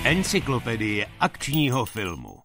Encyklopedie akčního filmu.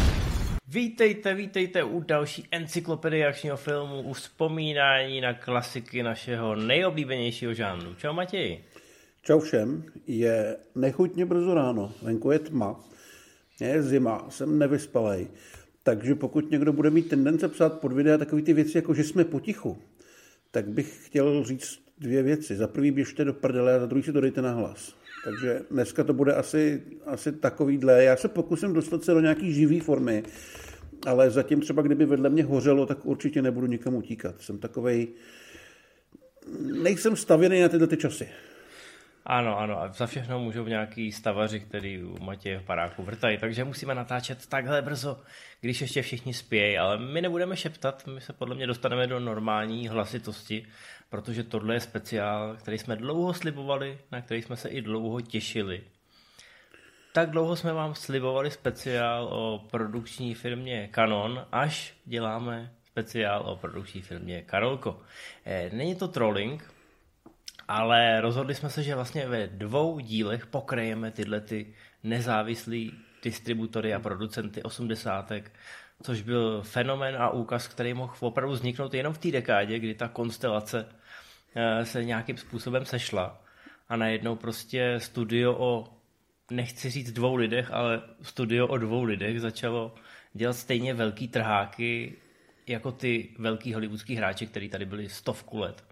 Vítejte u další encyklopedie akčního filmu, u vzpomínání na klasiky našeho nejoblíbenějšího žánru. Čau Matěj. Čau všem, je nechutně brzo ráno, venku je tma, je zima, jsem nevyspalej, takže pokud někdo bude mít tendence psát pod videa takové ty věci, jako že jsme potichu, tak bych chtěl říct dvě věci. Za prvý běžte do prdele a za druhý si to dejte na hlas. Takže dneska to bude asi takovýhle. Já se pokusím dostat se do nějaký živý formy, ale zatím třeba kdyby vedle mě hořelo, tak určitě nebudu nikam utíkat. Jsem takovej, nejsem stavěný na tyhle ty časy. Ano, a za všechno můžou nějaký stavaři, který u Matěje v paráku vrtají, takže musíme natáčet takhle brzo, když ještě všichni spějí, ale my nebudeme šeptat, my se podle mě dostaneme do normální hlasitosti, protože tohle je speciál, který jsme dlouho slibovali, na který jsme se i dlouho těšili. Tak dlouho jsme vám slibovali speciál o produkční firmě Canon, až děláme speciál o produkční firmě Karolko. Není to trolling, ale rozhodli jsme se, že vlastně ve 2 dílech pokryjeme tyhle ty nezávislý distributory a producenty 80. Což byl fenomén a úkaz, který mohl opravdu vzniknout jenom v té dekádě, kdy ta konstelace se nějakým způsobem sešla a najednou prostě studio o, nechci říct 2 lidech, ale studio o 2 lidech začalo dělat stejně velký trháky jako ty velký hollywoodský hráči, kteří tady byli 100 let.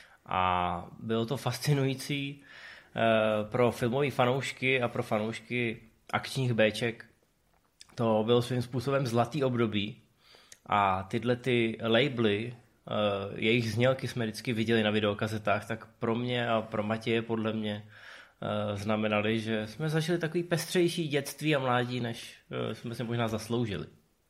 A bylo to fascinující pro filmové fanoušky a pro fanoušky akčních béček. To bylo svým způsobem zlatý období a tyhle ty labely, jejich znělky jsme vždycky viděli na videokazetách, tak pro mě a pro Matěje podle mě znamenali, že jsme zažili takový pestřejší dětství a mládí, než jsme si možná zasloužili.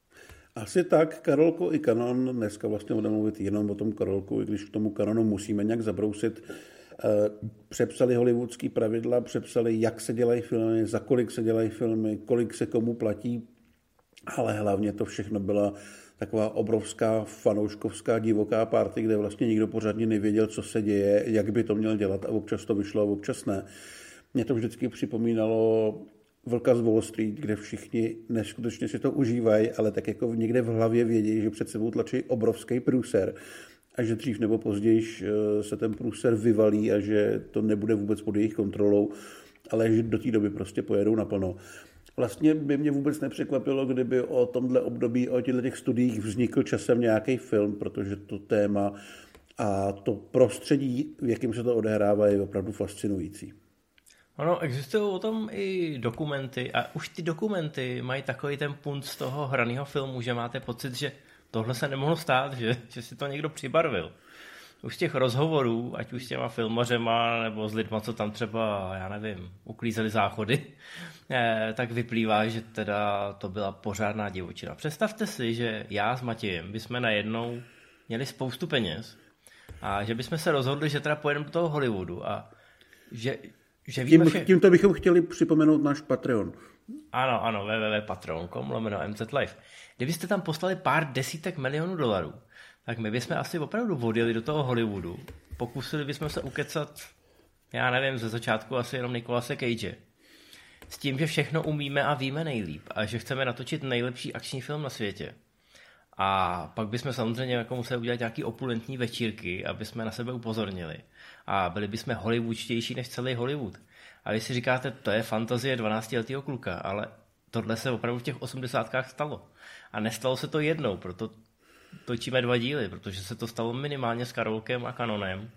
Asi tak, Karolko i Canon, dneska vlastně budeme mluvit jenom o tom Karolku, i když k tomu Canonu musíme nějak zabrousit. Přepsali hollywoodský pravidla, přepsali, jak se dělají filmy, za kolik se dělají filmy, kolik se komu platí, ale hlavně to všechno byla taková obrovská fanouškovská divoká party, kde vlastně nikdo pořádně nevěděl, co se děje, jak by to měl dělat a občas to vyšlo a občas ne. Mě to vždycky připomínalo Vlka z Wall Street, kde všichni neskutečně si to užívají, ale tak jako někde v hlavě vědí, že před sebou tlačí obrovský průser a že dřív nebo později se ten průser vyvalí a že to nebude vůbec pod jejich kontrolou, ale že do té doby prostě pojedou naplno. Vlastně by mě vůbec nepřekvapilo, kdyby o tomhle období, o těch studiích vznikl časem nějaký film, protože to téma a to prostředí, v jakém se to odehrává, je opravdu fascinující. Ono, existují o tom i dokumenty a už ty dokumenty mají takový ten punt z toho hraného filmu, že máte pocit, že tohle se nemohlo stát, že si to někdo přibarvil. Už z těch rozhovorů, ať už s těma filmařema nebo s lidma, co tam třeba, já nevím, uklízeli záchody, tak vyplývá, že teda to byla pořádná divočina. Představte si, že já s Matějem bychom najednou měli spoustu peněz a že bychom se rozhodli, že teda pojedeme do toho Hollywoodu a že Tímto bychom chtěli připomenout náš Patreon. Ano, www.patreon.com/mzlive. Kdybyste tam poslali pár desítek milionů dolarů, tak my bychom asi opravdu odjeli do toho Hollywoodu. Pokusili bychom se ukecat, já nevím, ze začátku asi jenom Nicolase Cage. S tím, že všechno umíme a víme nejlíp a že chceme natočit nejlepší akční film na světě. A pak bychom samozřejmě jako museli udělat nějaký opulentní večírky, aby jsme na sebe upozornili. A byli bychom hollywoodštější než celý Hollywood. A vy si říkáte, to je fantazie 12letého kluka, ale tohle se opravdu v těch 80kách stalo. A nestalo se to jednou, proto točíme 2 díly, protože se to stalo minimálně s Karolkem a Canonem.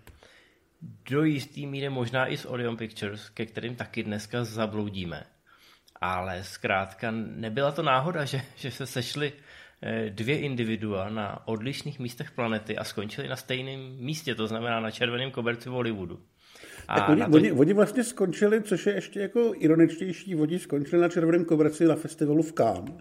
Do jistý míry možná i s Orion Pictures, ke kterým taky dneska zabloudíme. Ale zkrátka nebyla to náhoda, že se sešly 2 individua na odlišných místech planety a skončili na stejném místě, to znamená na červeném koberci v Hollywoodu. Tak oni vlastně skončili, což je ještě jako ironičtější, oni skončili na červeném koberci na festivalu v Cannes.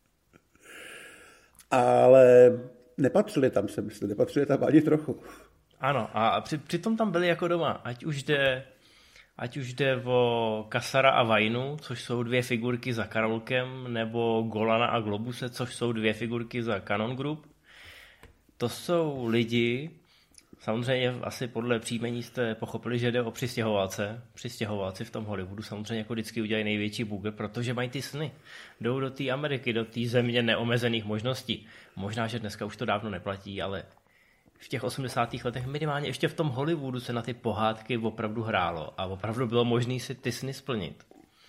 Ale nepatřili tam, se myslím, nepatřili tam ani trochu. Ano, a přitom tam byli jako doma, ať už jde o Kasara a Vajnu, což jsou 2 figurky za Karolkem, nebo Golana a Globuse, což jsou 2 figurky za Canon Group. To jsou lidi, Samozřejmě asi podle příjmení jste pochopili, že jde o přistěhovalce. Přistěhovalci v tom Hollywoodu samozřejmě jako vždycky udělají největší bůgr, protože mají ty sny. Jdou do té Ameriky, do té země neomezených možností. Možná, že dneska už to dávno neplatí, ale v těch 80. letech minimálně ještě v tom Hollywoodu se na ty pohádky opravdu hrálo a opravdu bylo možné si ty sny splnit.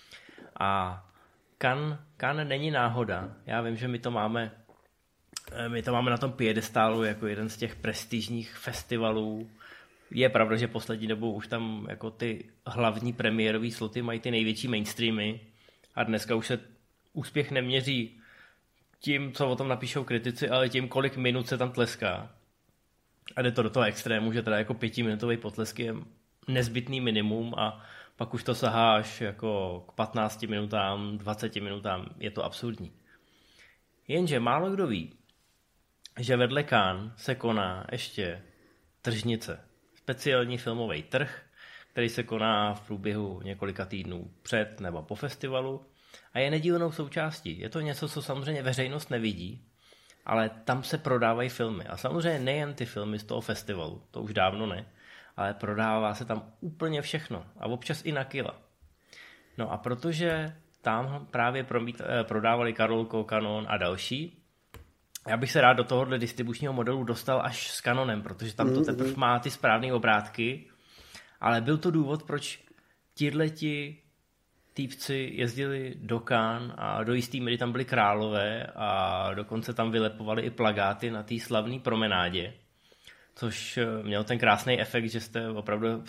A Cannes není náhoda. Já vím, že my to máme na tom piedestálu jako jeden z těch prestižních festivalů. Je pravda, že poslední dobou už tam jako ty hlavní premiérové sloty mají ty největší mainstreamy a dneska už se úspěch neměří tím, co o tom napíšou kritici, ale tím, kolik minut se tam tleská. A jde to do toho extrému, že teda jako 5minutový potlesk je nezbytný minimum a pak už to sahá až jako k 15 minutám, 20 minutám. Je to absurdní. Jenže málo kdo ví, že vedle Cannes se koná ještě tržnice. Speciální filmový trh, který se koná v průběhu několika týdnů před nebo po festivalu a je nedílnou součástí. Je to něco, co samozřejmě veřejnost nevidí, ale tam se prodávají filmy. A samozřejmě nejen ty filmy z toho festivalu, to už dávno ne, ale prodává se tam úplně všechno a občas i na kila. No a protože tam právě prodávali Karolko, Canon a další, já bych se rád do tohohle distribučního modelu dostal až s Canonem, protože tam to teprve má ty správné obrátky, ale byl to důvod, proč tihleti týpci jezdili do Cannes a do jistý míry tam byli králové a dokonce tam vylepovali i plakáty na té slavné promenádě, což měl ten krásný efekt, že jste opravdu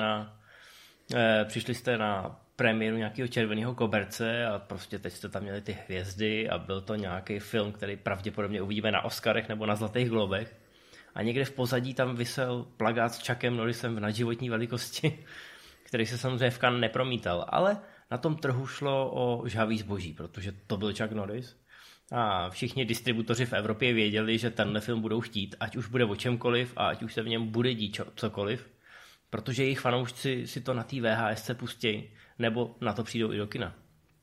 přišli jste na premiéru nějakého červeného koberce a prostě teď jste tam měli ty hvězdy a byl to nějaký film, který pravděpodobně uvidíme na Oscarech nebo na Zlatých globech. A někde v pozadí tam visel plakát s Chuckem Norrisem v nadživotní velikosti, který se samozřejmě v Cannes nepromítal, ale na tom trhu šlo o žhavý zboží, protože to byl Chuck Norris a všichni distributoři v Evropě věděli, že tenhle film budou chtít, ať už bude o čemkoliv a ať už se v něm bude dít cokoliv, protože jejich fanoušci si to na té VHSce pustí, nebo na to přijdou i do kina.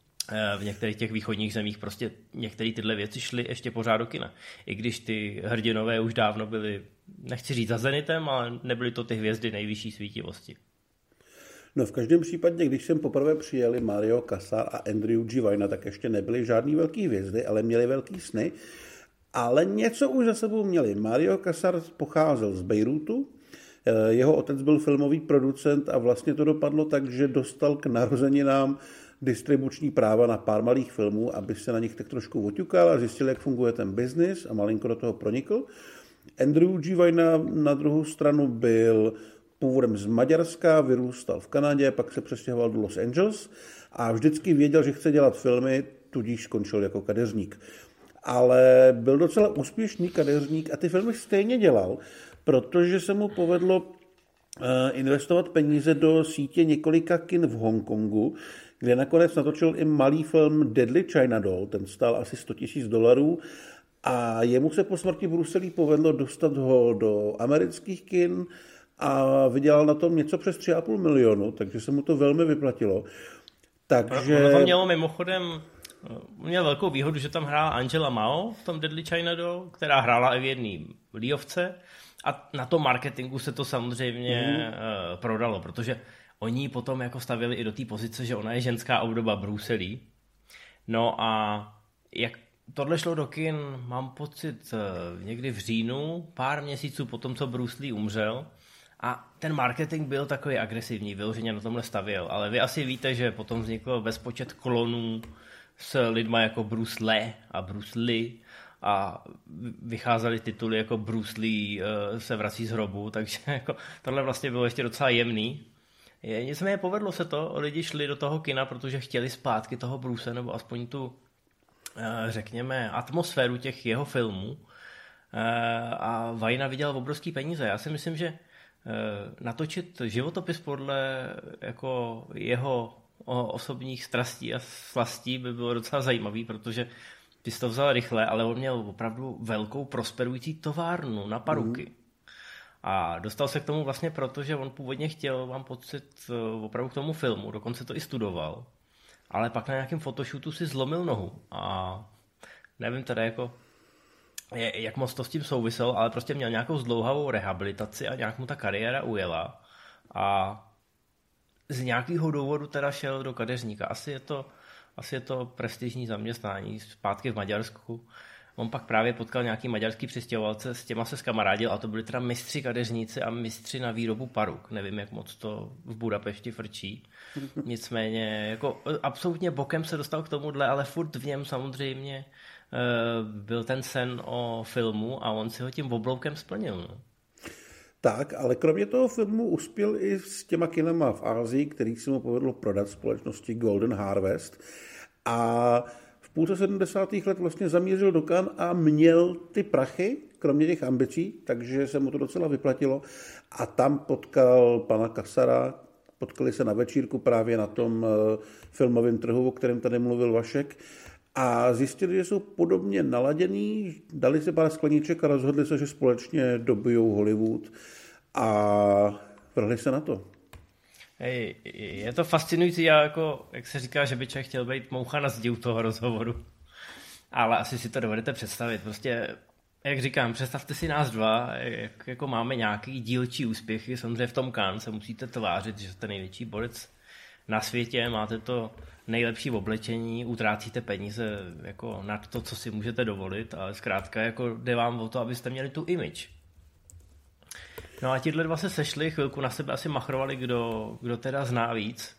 V některých těch východních zemích prostě některé tyhle věci šly ještě pořád do kina. I když ty hrdinové už dávno byly, nechci říct za zenitem, ale nebyly to ty hvězdy nejvyšší svítivosti. No v každém případě, když jsem poprvé přijeli Mario Casar a Andrew G. Vajna, tak ještě nebyly žádný velký hvězdy, ale měli velký sny. Ale něco už za sebou měli. Mario Casar pocházel z Bejrútu, jeho otec byl filmový producent a vlastně to dopadlo tak, že dostal k narozeninám distribuční práva na pár malých filmů, aby se na nich tak trošku oťukal a zjistil, jak funguje ten biznis a malinko do toho pronikl. Andrew G. Vajna na druhou stranu byl původem z Maďarska, vyrůstal v Kanadě, pak se přestěhoval do Los Angeles a vždycky věděl, že chce dělat filmy, tudíž skončil jako kadeřník. Ale byl docela úspěšný kadeřník a ty filmy stejně dělal, protože se mu povedlo investovat peníze do sítě několika kin v Hongkongu, kde nakonec natočil i malý film Deadly China Doll, ten stál asi $100,000 a jemu se po smrti Bruselí povedlo dostat ho do amerických kin a vydělal na tom něco přes 3,5 milionu, takže se mu to velmi vyplatilo. Takže... Ono to mělo mimochodem, měl velkou výhodu, že tam hrála Angela Mao v tom Deadly China Doll, která hrála i v jedné Leeovce a na tom marketingu se to samozřejmě prodalo, protože oni potom jako stavili i do té pozice, že ona je ženská obdoba Bruce Lee. No a jak tohle šlo do kin, mám pocit, někdy v říjnu, pár měsíců potom, co Bruce Lee umřel, a ten marketing byl takový agresivní, vyloženě na tomhle stavěl, ale vy asi víte, že potom vzniklo bezpočet klonů s lidma jako Bruce Lee a Bruce Lee a vycházely tituly jako Bruce Lee se vrací z hrobu, takže jako tohle vlastně bylo ještě docela jemný. Nicméně povedlo se to, lidi šli do toho kina, protože chtěli zpátky toho Bruce, nebo aspoň tu, řekněme, atmosféru těch jeho filmů a Vajna viděl obrovský peníze. Já si myslím, že natočit životopis podle jako jeho osobních strastí a slastí by bylo docela zajímavý, protože ty jsi to vzal rychle, ale on měl opravdu velkou prosperující továrnu na paruky. A dostal se k tomu vlastně proto, že on původně chtěl, mám pocit, opravdu k tomu filmu, dokonce to i studoval, ale pak na nějakém fotoshootu si zlomil nohu a nevím teda jako, jak moc to s tím souviselo, ale prostě měl nějakou zdlouhavou rehabilitaci a nějak mu ta kariéra ujela a z nějakého důvodu teda šel do kadeřníka. Asi je to prestižní zaměstnání zpátky v Maďarsku. On pak právě potkal nějaký maďarský přistěhovalce, s těma se skamarádil a to byli teda mistři kadeřníci a mistři na výrobu paruk. Nevím, jak moc to v Budapešti frčí. Nicméně jako absolutně bokem se dostal k tomuhle, ale furt v něm samozřejmě byl ten sen o filmu a on si ho tím obloukem splnil. No. Tak, ale kromě toho filmu uspěl i s těma kinema v Asii, který si mu povedlo prodat společnosti Golden Harvest a v půlce 70. let vlastně zamířil do Cannes a měl ty prachy, kromě těch ambicí, takže se mu to docela vyplatilo a tam potkal pana Kasara, potkali se na večírku právě na tom filmovém trhu, o kterém tady mluvil Vašek a zjistili, že jsou podobně naladěný, dali si pár skleníček a rozhodli se, že společně dobijou Hollywood a vrhli se na to. Hej, je to fascinující, jako, jak se říká, že by člověk chtěl být moucha na zdi u toho rozhovoru. Ale asi si to dovedete představit. Prostě, jak říkám, představte si nás dva, jak jako máme nějaký dílčí úspěchy. Samozřejmě v tom Cannes se musíte tvářit, že jste největší borec na světě, máte to nejlepší oblečení, utrácíte peníze jako nad to, co si můžete dovolit, ale zkrátka jako jde vám o to, abyste měli tu image. No a tihle dva se sešli, chvilku na sebe asi machrovali, kdo teda zná víc.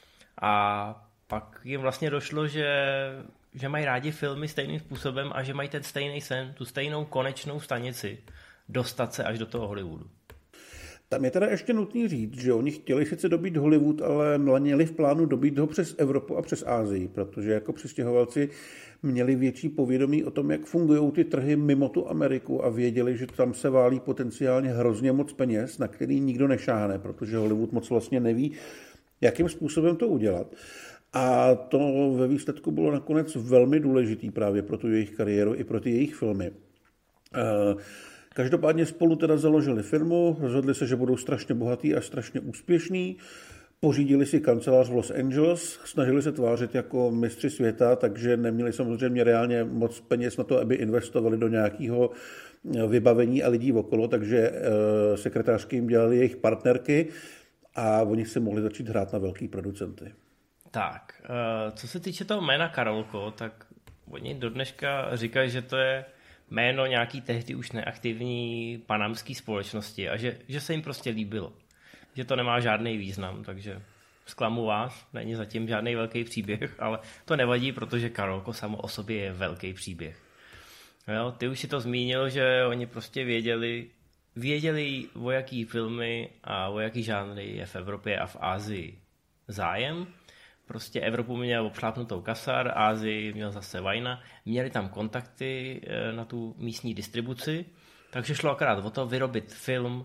A pak jim vlastně došlo, že mají rádi filmy stejným způsobem a že mají ten stejný sen, tu stejnou konečnou stanici, dostat se až do toho Hollywoodu. Tam je teda ještě nutný říct, že oni chtěli sice dobít Hollywood, ale měli v plánu dobít ho přes Evropu a přes Asii, protože jako přistěhovalci měli větší povědomí o tom, jak fungují ty trhy mimo tu Ameriku a věděli, že tam se válí potenciálně hrozně moc peněz, na který nikdo nešáhne, protože Hollywood moc vlastně neví, jakým způsobem to udělat. A to ve výsledku bylo nakonec velmi důležitý právě pro tu jejich kariéru i pro ty jejich filmy. Každopádně spolu teda založili firmu, rozhodli se, že budou strašně bohatý a strašně úspěšný, pořídili si kancelář v Los Angeles, snažili se tvářit jako mistři světa, takže neměli samozřejmě reálně moc peněz na to, aby investovali do nějakého vybavení a lidí okolo, takže sekretářky jim dělali jejich partnerky a oni se mohli začít hrát na velký producenty. Tak, co se týče toho jména Karolko, tak oni do dneška říkají, že to je jméno nějaký tehdy už neaktivní panamské společnosti a že se jim prostě líbilo. Že to nemá žádný význam, takže zklamu vás, není zatím žádný velký příběh, ale to nevadí, protože Karolko samo o sobě je velký příběh. Jo, ty už si to zmínil, že oni prostě věděli, o jaký filmy a o jaký žánry je v Evropě a v Asii zájem. Prostě Evropu měl obšlápnutou Kasar, Asii měl zase Vajna, měli tam kontakty na tu místní distribuci, takže šlo akorát o to vyrobit film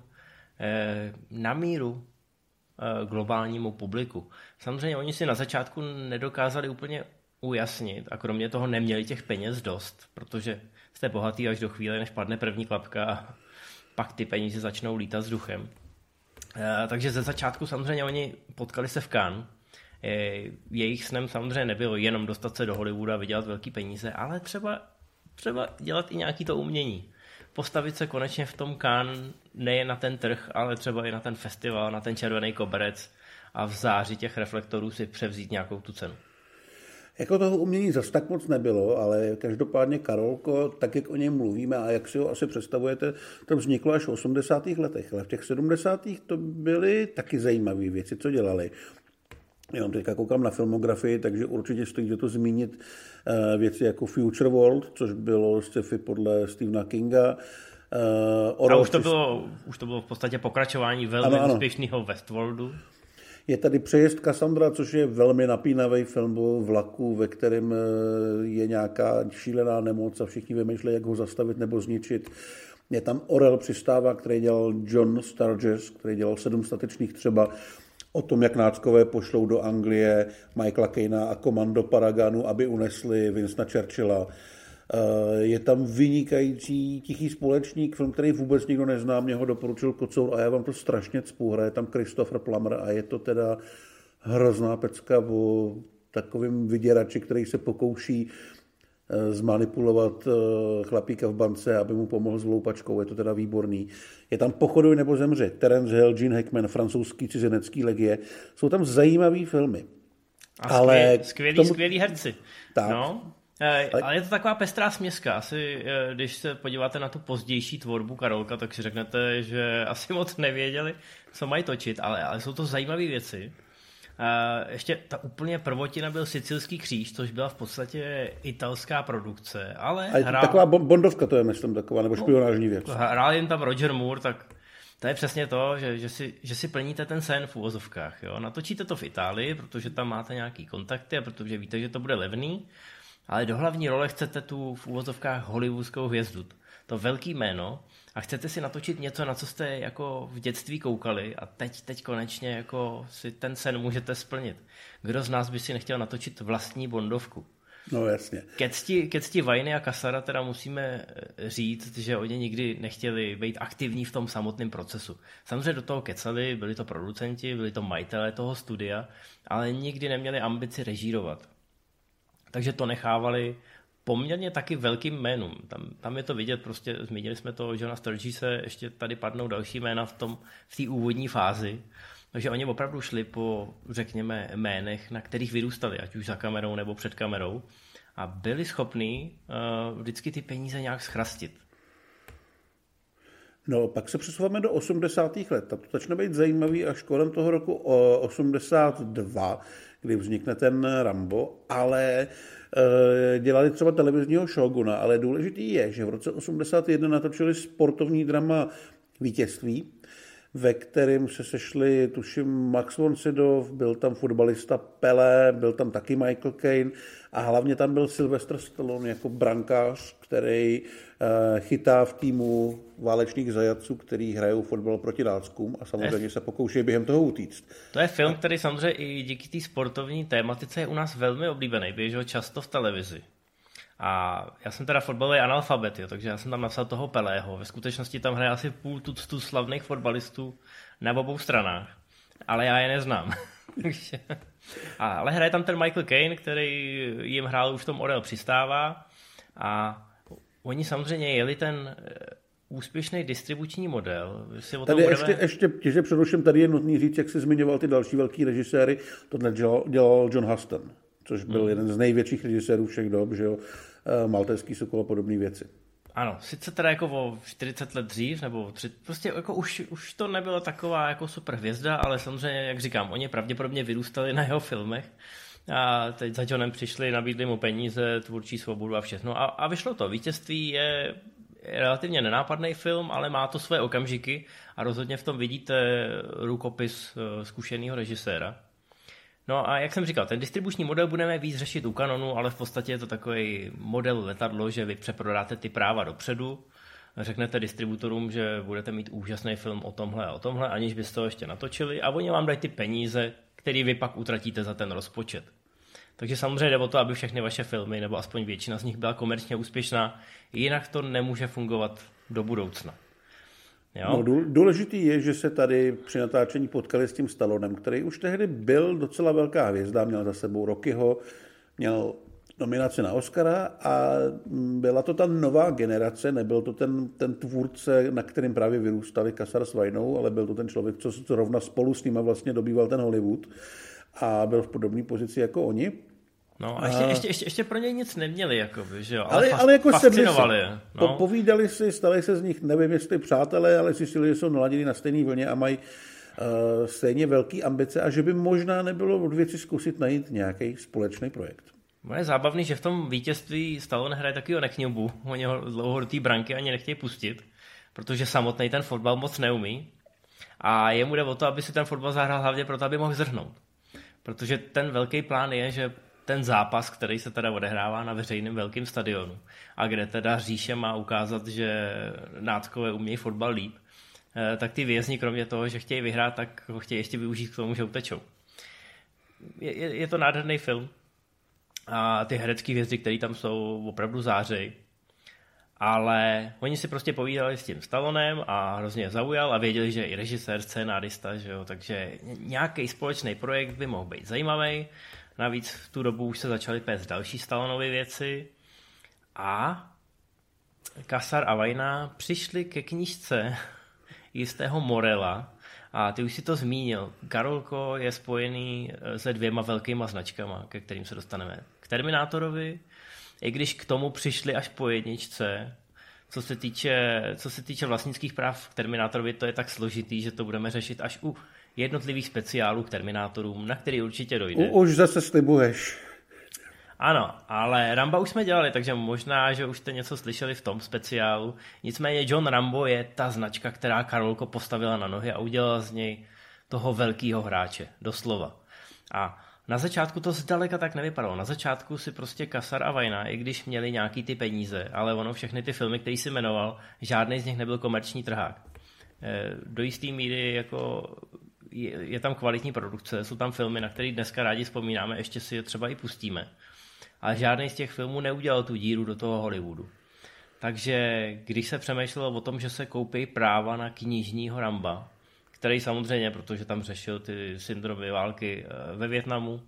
na míru globálnímu publiku. Samozřejmě oni si na začátku nedokázali úplně ujasnit a kromě toho neměli těch peněz dost, protože jste bohatý až do chvíle, než padne první klapka a pak ty peníze začnou lítat vzduchem. Takže ze začátku samozřejmě oni potkali se v Cannes. Jejich snem samozřejmě nebylo jenom dostat se do Hollywoodu a vydělat velký peníze, ale třeba dělat i nějaký to umění. Postavit se konečně v tom Cannes nejen na ten trh, ale třeba i na ten festival, na ten červený koberec a v záři těch reflektorů si převzít nějakou tu cenu. Jako toho umění zas tak moc nebylo, ale každopádně Karolko, tak jak o něm mluvíme a jak si ho asi představujete, to vzniklo až v 80. letech, ale v těch 70. to byly taky zajímavé věci, co dělali. Jenom teďka koukám na filmografii, takže určitě stojí za to zmínit věci jako Future World, což bylo sci-fi podle Stephena Kinga. A už to bylo v podstatě pokračování velmi úspěšného Westworldu. Je tady Přejezd Cassandra, což je velmi napínavý film o vlaku, ve kterém je nějaká šílená nemoc a všichni vymýšlejí, jak ho zastavit nebo zničit. Je tam Orel přistává, který dělal John Sturges, který dělal 7 statečných třeba, o tom, jak náckové pošlou do Anglie Michaela Caina a komando Paraganu, aby unesli Winstona Churchilla. Je tam vynikající Tichý společník, film, který vůbec nikdo nezná, mě ho doporučil Kocour a já vám to strašně cpu, hraje tam Christopher Plummer a je to teda hrozná pecka o takovým vyděrači, který se pokouší zmanipulovat chlapíka v bance, aby mu pomohl s loupačkou, je to teda výborný. Je tam Pochoduj nebo zemři, Terence Hill, Gene Hackman, francouzský cizinecký legie. Jsou tam zajímavý filmy. A skvělí herci. Tak. No, ale je to taková pestrá směska. Asi, když se podíváte na tu pozdější tvorbu Karolka, tak si řeknete, že asi moc nevěděli, co mají točit, ale jsou to zajímavé věci. Ještě ta úplně prvotina byl Sicilský kříž, což byla v podstatě italská produkce, ale taková bondovka to je, myslím, taková, nebo špionážní věc. Hrál jen tam Roger Moore, tak to je přesně to, že si plníte ten sen v uvozovkách. Jo? Natočíte to v Itálii, protože tam máte nějaký kontakty a protože víte, že to bude levný, ale do hlavní role chcete tu v uvozovkách hollywoodskou hvězdu. To velký jméno a chcete si natočit něco, na co jste jako v dětství koukali a teď konečně jako si ten sen můžete splnit. Kdo z nás by si nechtěl natočit vlastní bondovku? No jasně. Ke cti Vajny a Kasara teda musíme říct, že oni nikdy nechtěli být aktivní v tom samotném procesu. Samozřejmě do toho kecali, byli to producenti, byli to majitelé toho studia, ale nikdy neměli ambici režírovat. Takže to nechávali poměrně taky velkým jménům. Tam je to vidět, prostě zmínili jsme to Johna Sturgise, ještě tady padnou další jména v té úvodní fázi. Takže oni opravdu šli po, řekněme, jménech, na kterých vyrůstali, ať už za kamerou nebo před kamerou, a byli schopní vždycky ty peníze nějak schrastit. No, pak se přesouváme do 80. let. A to začne být zajímavý až kolem toho roku 82, kdy vznikne ten Rambo, ale dělali třeba televizního Šóguna, ale důležitý je, že v roce 81 natočili sportovní drama Vítězství, ve kterém se sešli, tuším, Max von Sydow, byl tam fotbalista Pelé, byl tam taky Michael Caine a hlavně tam byl Sylvester Stallone jako brankář, který chytá v týmu válečných zajatců, který hrajou fotbal proti náckům a samozřejmě se pokouší během toho utíct. To je film, který samozřejmě i díky té sportovní tématice je u nás velmi oblíbený, běžel často v televizi. A já jsem teda fotbalový analfabet, jo, takže já jsem tam napsal toho Pelého. Ve skutečnosti tam hraje asi půl tuctu slavných fotbalistů na obou stranách, ale já je neznám. Ale hraje tam ten Michael Caine, který jim hrál už v tom Orel přistává a oni samozřejmě jeli ten úspěšný distribuční model. Tady ještě těže především tady je nutný říct, jak jsi zmiňoval ty další velký režiséry, tohle dělal John Huston, což byl jeden z největších režisérů všech dob, že jo, Maltéský sokol a podobné věci. Ano, sice teda jako o 40 let dřív, nebo prostě jako už to nebyla taková jako super hvězda, ale samozřejmě, jak říkám, oni pravděpodobně vyrůstali na jeho filmech a teď za Johnem přišli, nabídli mu peníze, tvůrčí svobodu a všechno a vyšlo to. Vítězství je relativně nenápadný film, ale má to své okamžiky a rozhodně v tom vidíte rukopis zkušeného režiséra. No a jak jsem říkal, ten distribuční model budeme víc řešit u Canonu, ale v podstatě je to takový model letadlo, že vy přeprodáte ty práva dopředu, řeknete distributorům, že budete mít úžasný film o tomhle, aniž byste to ještě natočili a oni vám dají ty peníze, které vy pak utratíte za ten rozpočet. Takže samozřejmě jde o to, aby všechny vaše filmy, nebo aspoň většina z nich byla komerčně úspěšná, jinak to nemůže fungovat do budoucna. Jo? No, důležitý je, že se tady při natáčení potkali s tím Stallonem, který už tehdy byl docela velká hvězda, měl za sebou Rockyho, měl nominaci na Oscara a byla to ta nová generace, nebyl to ten tvůrce, na kterým právě vyrůstali Kasar s Vajnou, ale byl to ten člověk, co zrovna spolu s nima vlastně dobýval ten Hollywood a byl v podobné pozici jako oni. No a ještě pro něj nic neměli, jakoby, že jo? Ale jako fascinovali je. No. Povídali si, stali se z nich, nevím jestli přátelé, ale zjistili, že jsou naladěni na stejné vlně a mají stejně velký ambice a že by možná nebylo od věci zkusit najít nějaký společný projekt. Je zábavný, že v tom Vítězství Stallone hraje takového nekňubu. Oni ho dlouho do té branky ani nechtějí pustit, protože samotný ten fotbal moc neumí. A jemu jde o to, aby si ten fotbal zahrál hlavně proto, aby mohl zrhnout. Protože ten velký plán je, že ten zápas, který se teda odehrává na veřejném velkém stadionu a kde teda říše má ukázat, že náckové umějí fotbal líp, tak ty vězni kromě toho, že chtějí vyhrát, tak ho chtějí ještě využít k tomu, že utečou. Je to nádherný film a ty herecké hvězdy, které tam jsou, opravdu zářejí. Ale oni si prostě povídali s tím Stallonem a hrozně je zaujal a věděli, že je i režisér, scénárista, že jo? Takže nějaký společný projekt by mohl být zajímavý. Navíc v tu dobu už se začaly pést další Stallonovy věci A Kasar a Vajna přišli ke knížce jistého Morela a ty už si to zmínil. Karolko je spojený se 2 velkýma značkama, ke kterým se dostaneme. K Terminátorovi, i když k tomu přišli až po jedničce. Co se týče vlastnických práv k Terminátorovi, to je tak složitý, že to budeme řešit až u jednotlivých speciálů k Terminátorům, na který určitě dojde. Už zase slibuješ. Ano, ale Ramba už jsme dělali, takže možná, že už jste něco slyšeli v tom speciálu. Nicméně John Rambo je ta značka, která Karolko postavila na nohy a udělala z něj toho velkýho hráče, doslova. A na začátku to zdaleka tak nevypadalo. Na začátku si prostě Kasar a Vajna, i když měli nějaký ty peníze, ale ono všechny ty filmy, který si jmenoval, žádný z nich nebyl komerční trhák. Do jisté míry jako je tam kvalitní produkce, jsou tam filmy, na které dneska rádi vzpomínáme, ještě si je třeba i pustíme. Ale žádný z těch filmů neudělal tu díru do toho Hollywoodu. Takže když se přemýšlelo o tom, že se koupí práva na knižního Ramba, který samozřejmě, protože tam řešil ty syndromy války ve Vietnamu,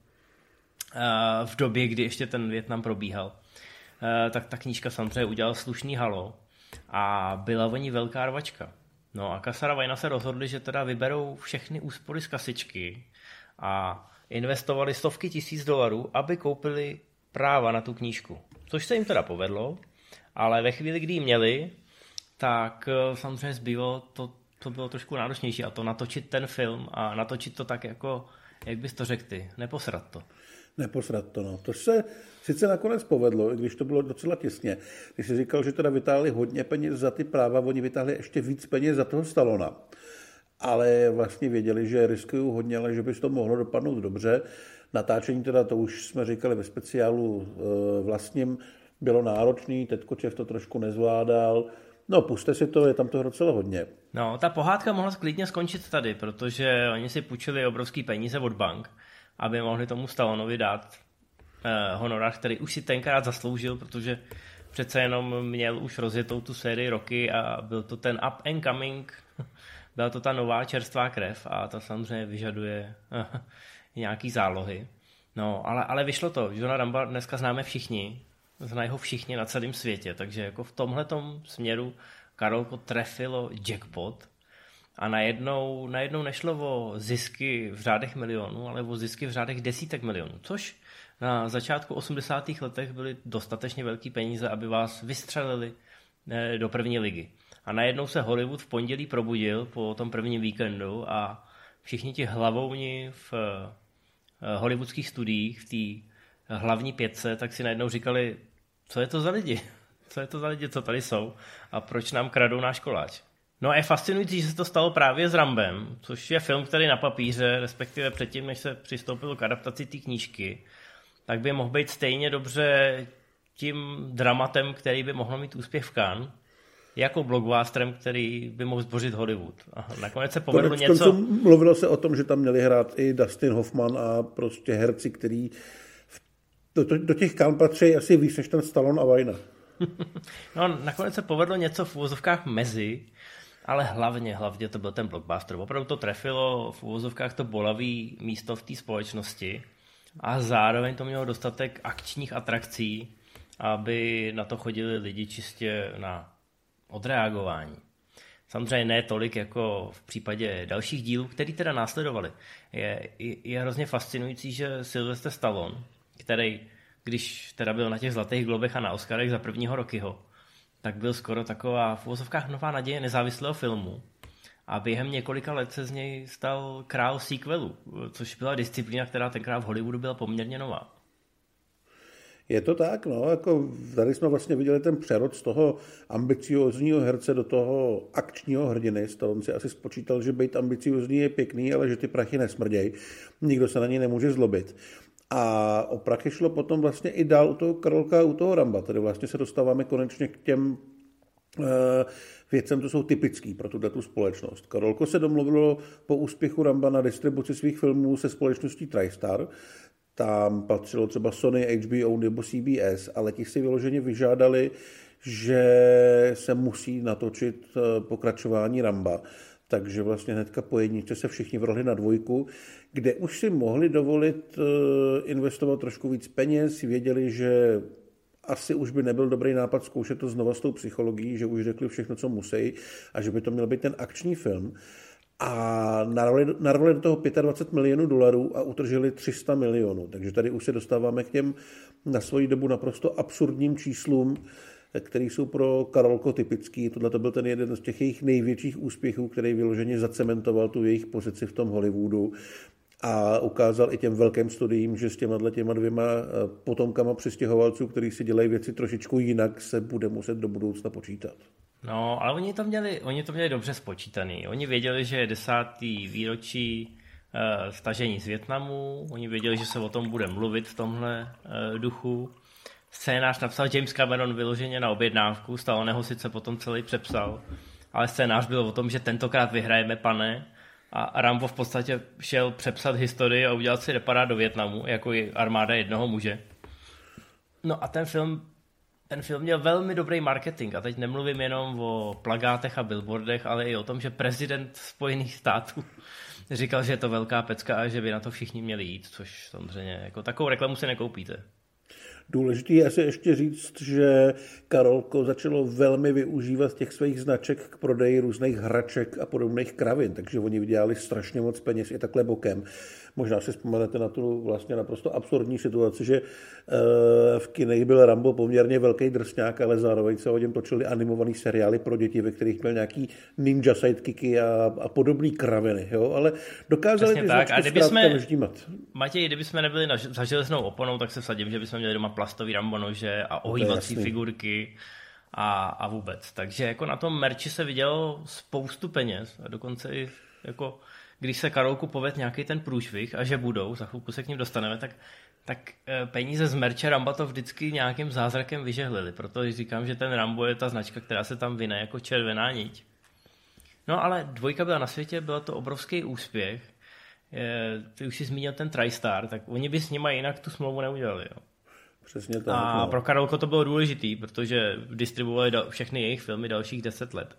v době, kdy ještě ten Vietnam probíhal, tak ta knížka samozřejmě udělala slušný halo a byla o ní velká rvačka. No a Kasar a Vajna se rozhodli, že teda vyberou všechny úspory z kasičky a investovali stovky tisíc $, aby koupili práva na tu knížku. Což se jim teda povedlo, ale ve chvíli, kdy ji měli, tak samozřejmě zbývalo to bylo trošku náročnější a to natočit ten film a natočit to tak jako, jak bys to řekl ty, neposrat to. Neposrat to, no. To se sice nakonec povedlo, i když to bylo docela těsně. Když jsi říkal, že teda vytáhli hodně peněz za ty práva, oni vytáhli ještě víc peněz za toho Stallona. Ale vlastně věděli, že riskují hodně, ale že by to mohlo dopadnout dobře. Natáčení teda, to už jsme říkali ve speciálu vlastním, bylo náročný, Tetkočev to trošku nezvládal. No, puste si to, je tam toho docela hodně. No, ta pohádka mohla klidně skončit tady, protože oni si půjčili obrovský peníze od bank, aby mohli tomu Stallonovi dát honorář, který už si tenkrát zasloužil, protože přece jenom měl už rozjetou tu sérii roky a byl to ten up and coming, byla to ta nová čerstvá krev a ta samozřejmě vyžaduje nějaký zálohy. No, ale vyšlo to. Johna Ramba dneska známe všichni, znají ho všichni na celém světě, takže jako v tomhletom směru Karolko trefilo jackpot a najednou nešlo o zisky v řádech milionů, ale o zisky v řádech desítek milionů, což na začátku 80. letech byly dostatečně velký peníze, aby vás vystřelili do první ligy. A najednou se Hollywood v pondělí probudil po tom prvním víkendu a všichni ti hlavouni v hollywoodských studiích, v té hlavní 5, tak si najednou říkali, co je to za lidi? Co je to za lidi, co tady jsou? A proč nám kradou náš koláč? No a je fascinující, že se to stalo právě s Rambem, což je film, který na papíře, respektive předtím, než se přistoupilo k adaptaci té knížky, tak by mohl být stejně dobře tím dramatem, který by mohl mít úspěch v Cannes, jako blockbusterem, který by mohl zbořit Hollywood. A nakonec se povedlo něco... Mluvilo se o tom, že tam měli hrát i Dustin Hoffman a prostě herci, který do těch Cannes patří asi víc než ten Stallone a Vajna. No, nakonec se povedlo něco v uvozovkách mezi, ale hlavně to byl ten blockbuster. Opravdu to trefilo v uvozovkách to bolavý místo v té společnosti a zároveň to mělo dostatek akčních atrakcí, aby na to chodili lidi čistě na odreagování. Samozřejmě ne tolik jako v případě dalších dílů, který teda následovali. Je hrozně fascinující, že Sylvester Stallone, který, když teda byl na těch Zlatých globech a na Oscarech za prvního Rockyho, tak byl skoro taková v uvozovkách nová naděje nezávislého filmu. A během několika let se z něj stal král sequelu, což byla disciplína, která tenkrát v Hollywoodu byla poměrně nová. Je to tak, no, jako tady jsme vlastně viděli ten přerod z toho ambiciózního herce do toho akčního hrdiny. Stallone si asi spočítal, že být ambiciózní je pěkný, ale že ty prachy nesmrděj. Nikdo se na něj nemůže zlobit. A o prachy šlo potom vlastně i dál u toho Karolka a u toho Ramba. Tady vlastně se dostáváme konečně k těm věcem, to jsou typický pro tu společnost. Karolko se domluvilo po úspěchu Ramba na distribuci svých filmů se společností TriStar. Tam patřilo třeba Sony, HBO nebo CBS, ale ti si vyloženě vyžádali, že se musí natočit pokračování Ramba. Takže vlastně hnedka po jedničce se všichni vrhli na 2, kde už si mohli dovolit investovat trošku víc peněz, věděli, že asi už by nebyl dobrý nápad zkoušet to znova s tou psychologií, že už řekli všechno, co musí a že by to měl být ten akční film. A narvali do toho 25 milionů dolarů a utržili 300 milionů. Takže tady už se dostáváme k těm na svoji dobu naprosto absurdním číslům, které jsou pro Karolko typický. Tohle to byl ten jeden z těch jejich největších úspěchů, který vyloženě zacementoval tu jejich pozici v tom Hollywoodu a ukázal i těm velkým studiím, že s těma dvěma potomkama přistěhovalců, kteří si dělají věci trošičku jinak, se bude muset do budoucna počítat. No, ale oni to měli dobře spočítaný. Oni věděli, že je 10. výročí stažení z Vietnamu, oni věděli, že se o tom bude mluvit v tomhle duchu. Scénář napsal James Cameron vyloženě na objednávku, Stallone ho sice potom celý přepsal, ale scénář byl o tom, že tentokrát vyhrajeme, pane, a Rambo v podstatě šel přepsat historii a udělat si reparát do Vietnamu, jako i armáda jednoho muže. No a ten film měl velmi dobrý marketing a teď nemluvím jenom o plakátech a billboardech, ale i o tom, že prezident Spojených států říkal, že je to velká pecka a že by na to všichni měli jít, což samozřejmě jako takovou reklamu si nekoupíte. Důležité je asi ještě říct, že Karolko začalo velmi využívat těch svých značek k prodeji různých hraček a podobných kravin, takže oni vydělali strašně moc peněz i takhle bokem. Možná si vzpomenete na tu vlastně naprosto absurdní situaci, že v kinech byl Rambo poměrně velký drsňák, ale zároveň se o něm točili animovaný seriály pro děti, ve kterých měl nějaký ninja sidekicky a podobný kraviny, jo? Ale dokázali ty značky zkrátka neždímat. Matěj, kdybychom nebyli za železnou oponou, tak se vsadím, že bychom měli doma plastový Rambo nože a ohývací figurky a vůbec. Takže jako na tom merči se vidělo spoustu peněz a dokonce i jako když se Karolku povedl nějaký ten průšvih a že budou, za chvilku se k ním dostaneme, tak peníze z merče Ramba to vždycky nějakým zázrakem vyžehlili. Proto říkám, že ten Rambo je ta značka, která se tam vyne jako červená niť. No ale 2 byla na světě, byl to obrovský úspěch. Ty už si zmínil ten TriStar, tak oni by s nima jinak tu smlouvu neudělali. Jo. Přesně tak. A pro Karolko to bylo důležitý, protože distribuovali všechny jejich filmy dalších 10 let.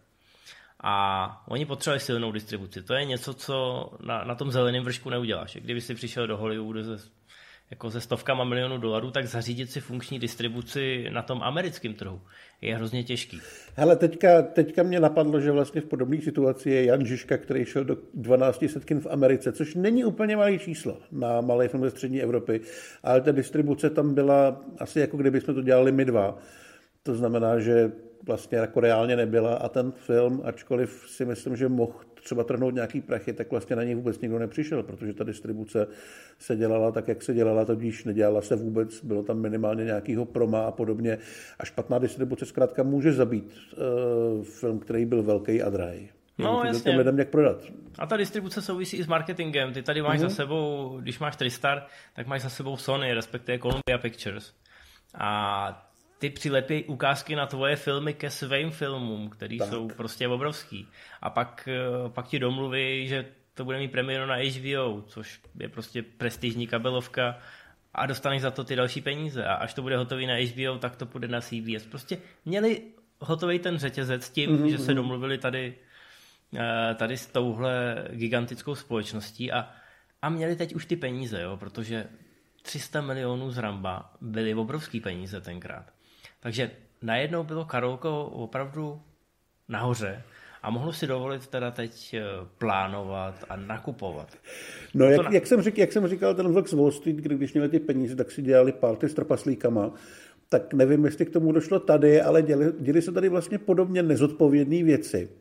A oni potřebovali silnou distribuci. To je něco, co na tom zeleném vršku neuděláš. Kdyby si přišel do Hollywoodu se stovkama milionů dolarů, tak zařídit si funkční distribuci na tom americkém trhu je hrozně těžký. Hele, teďka mě napadlo, že vlastně v podobné situaci je Jan Žižka, který šel do 1200 kin v Americe, což není úplně malý číslo na malý film ze střední Evropy, ale ta distribuce tam byla asi jako kdybychom to dělali my dva. To znamená, že vlastně jako reálně nebyla a ten film, ačkoliv si myslím, že mohl třeba trhnout nějaký prachy, tak vlastně na něj vůbec nikdo nepřišel, protože ta distribuce se dělala tak, jak se dělala, tudíž nedělala se vůbec, bylo tam minimálně nějakýho proma a podobně. A špatná distribuce zkrátka může zabít film, který byl velký a drahý. No, jasně. Lidem jak prodat. A ta distribuce souvisí i s marketingem. Ty tady máš za sebou, když máš TriStar, tak máš za sebou Sony, respektive Columbia Pictures. A ty přilepí ukázky na tvoje filmy ke svým filmům, které jsou prostě obrovský. A pak ti domluví, že to bude mít premiéru na HBO, což je prostě prestižní kabelovka a dostaneš za to ty další peníze. A až to bude hotový na HBO, tak to půjde na CBS. Prostě měli hotový ten řetězec tím, že se domluvili tady s touhle gigantickou společností a měli teď už ty peníze, jo, protože 300 milionů z Ramba byly obrovský peníze tenkrát. Takže najednou bylo Karolko opravdu nahoře a mohlo si dovolit teda teď plánovat a nakupovat. No jak jsem říkal, ten vlk z Wall Street, když měli ty peníze, tak si dělali party s trpaslíkama. Tak nevím, jestli k tomu došlo tady, ale děli se tady vlastně podobně nezodpovědné věci.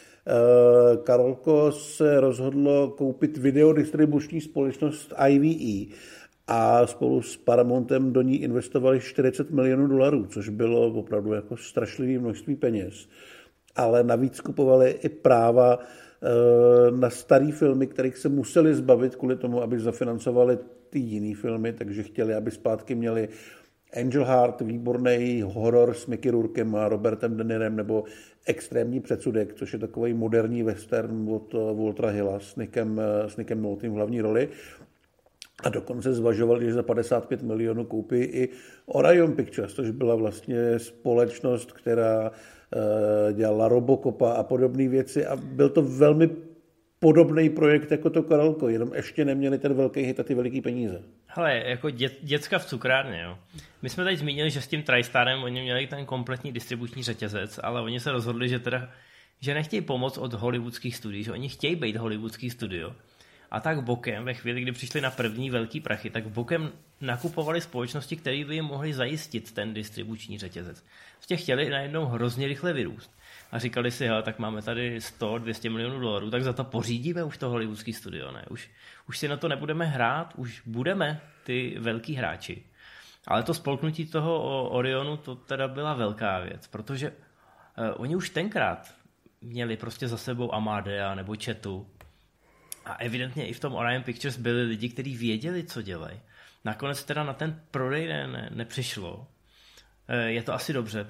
Karolko se rozhodlo koupit videodistribuční společnost IVE a spolu s Paramontem do ní investovali 40 milionů dolarů, což bylo opravdu jako strašlivé množství peněz. Ale navíc kupovali i práva na staré filmy, kterých se museli zbavit kvůli tomu, aby zafinancovali ty jiné filmy, takže chtěli, aby zpátky měli Angel Heart, výborný horor s Mickey Rourkem a Robertem De Nirem, nebo Extrémní předsudek, což je takový moderní western od Waltera Hilla s Nickem Noltem v hlavní roli. A dokonce zvažovali, že za 55 milionů koupí i Orion Pictures, což byla vlastně společnost, která dělala Robocopa a podobné věci a byl to velmi podobný projekt jako to Karolko, jenom ještě neměli ten velký hit a ty veliký peníze. Hele, jako děcka v cukrárně, jo. My jsme tady zmínili, že s tím TriStarem oni měli ten kompletní distribuční řetězec, ale oni se rozhodli, že nechtějí pomoc od hollywoodských studií, že oni chtějí být hollywoodský studio. A tak bokem, ve chvíli, kdy přišli na první velký prachy, tak bokem nakupovali společnosti, které by jim mohly zajistit ten distribuční řetězec. Prostě chtěli najednou hrozně rychle vyrůst. A říkali si, hele, tak máme tady 100-200 milionů dolarů, tak za to pořídíme už to hollywoodský studio, ne? Už si na to nebudeme hrát, už budeme ty velký hráči. Ale to spolknutí toho Orionu, to teda byla velká věc, protože oni už tenkrát měli prostě za sebou Amadea nebo Chetu a evidentně i v tom Orion Pictures byli lidi, kteří věděli, co dělají. Nakonec teda na ten prodej nepřišlo. Je to asi dobře,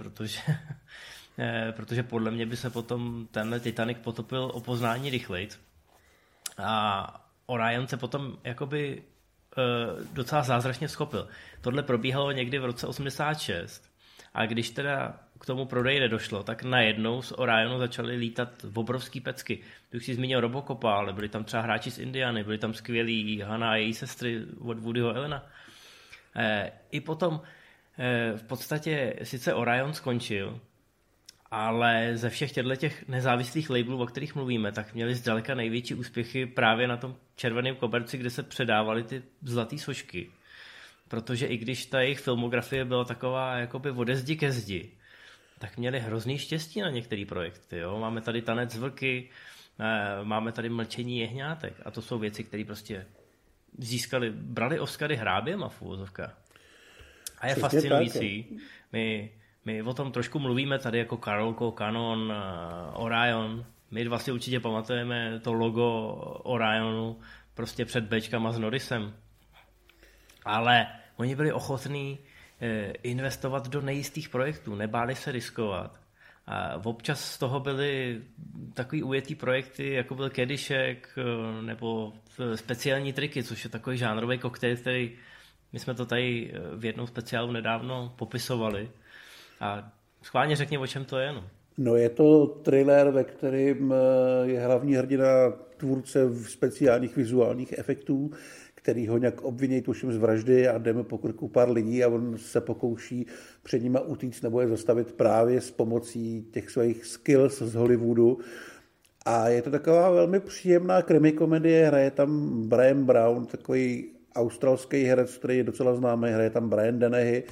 protože podle mě by se potom tenhle Titanic potopil o poznání rychlejc. A Orion se potom jakoby docela zázračně schopil. Tohle probíhalo někdy v roce 86 a když teda k tomu prodeji nedošlo, tak najednou z Orionu začaly lítat obrovský pecky. Ty už si zmínil Robocopa, ale byli tam třeba hráči z Indiany, byli tam skvělí Hannah a její sestry od Woodyho Allena. I potom v podstatě sice Orion skončil, ale ze všech těch nezávislých labelů, o kterých mluvíme, tak měli zdaleka největší úspěchy právě na tom červeném koberci, kde se předávaly ty zlaté sošky. Protože i když ta jejich filmografie byla taková jakoby ode zdi ke zdi, tak měli hrozný štěstí na některé projekty. Jo? Máme tady Tanec z vlky, máme tady Mlčení jehňátek a to jsou věci, které prostě brali Oscary hráběma v uvozovkách. A je fascinující. My o tom trošku mluvíme tady jako Karolko, Canon, Orion. My dva si určitě pamatujeme to logo Orionu prostě před Bčkama s Norrisem. Ale oni byli ochotní investovat do nejistých projektů, nebáli se riskovat. A občas z toho byly takový ujetý projekty, jako byl Kedišek nebo speciální triky, což je takový žánrový koktejl, který my jsme to tady v jednom speciálu nedávno popisovali. A schválně řekni, o čem to je. No je to thriller, ve kterém je hlavní hrdina tvůrce speciálních vizuálních efektů, který ho nějak obvinějí tuším z vraždy a jdeme po krku pár lidí a on se pokouší před nima utíct nebo je zastavit právě s pomocí těch svých skills z Hollywoodu. A je to taková velmi příjemná krimikomedie, hraje tam Brian Brown, takový australský herec, který je docela známý, hraje tam Brian Dennehy,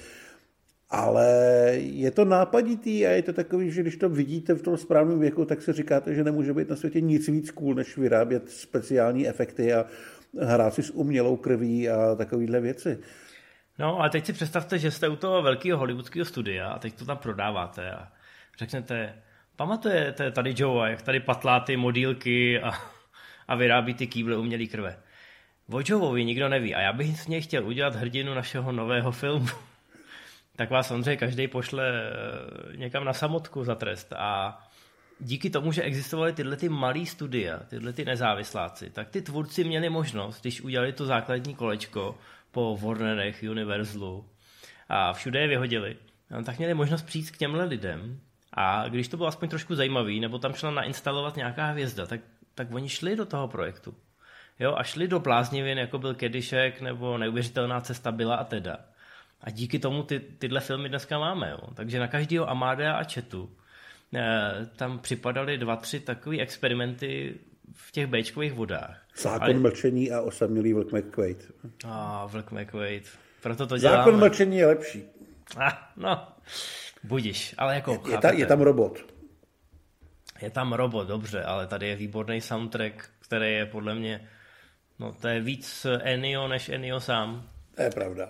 ale je to nápaditý a je to takový, že když to vidíte v tom správném věku, tak si říkáte, že nemůže být na světě nic víc cool, než vyrábět speciální efekty a hrát si s umělou krví a takovýhle věci. No a teď si představte, že jste u toho velkého hollywoodského studia a teď to tam prodáváte a řeknete, pamatujete tady Joe, jak tady patlá ty modílky a vyrábí ty kýble umělý krve. O Joeovi nikdo neví a já bych z něj chtěl udělat hrdinu našeho nového filmu. Tak vás samozřejmě každý pošle někam na samotku za trest a díky tomu, že existovaly tyhle ty malý studia, tyhle ty nezávisláci, tak ty tvůrci měli možnost, když udělali to základní kolečko po Warnerech, Universalu a všude je vyhodili, tak měli možnost přijít k těmhle lidem a když to bylo aspoň trošku zajímavý, nebo tam šla nainstalovat nějaká hvězda, tak oni šli do toho projektu. Jo, a šli do bláznivin, jako byl Kedišek, nebo Neuvěřitelná cesta byla a teda. A díky tomu tyhle filmy dneska máme. Jo. Takže na každého Amadea a Chetu tam připadaly 2-3 takové experimenty v těch Bčkových vodách. Zákon mlčení a osamělý vlk McQuaid. Vlk McQuaid. Proto to děláme. Zákon mlčení je lepší. No, budiš. Ale jako, je tam robot. Je tam robot, dobře, ale tady je výborný soundtrack, který je podle mě, no to je víc Ennio než Ennio sám. To je pravda.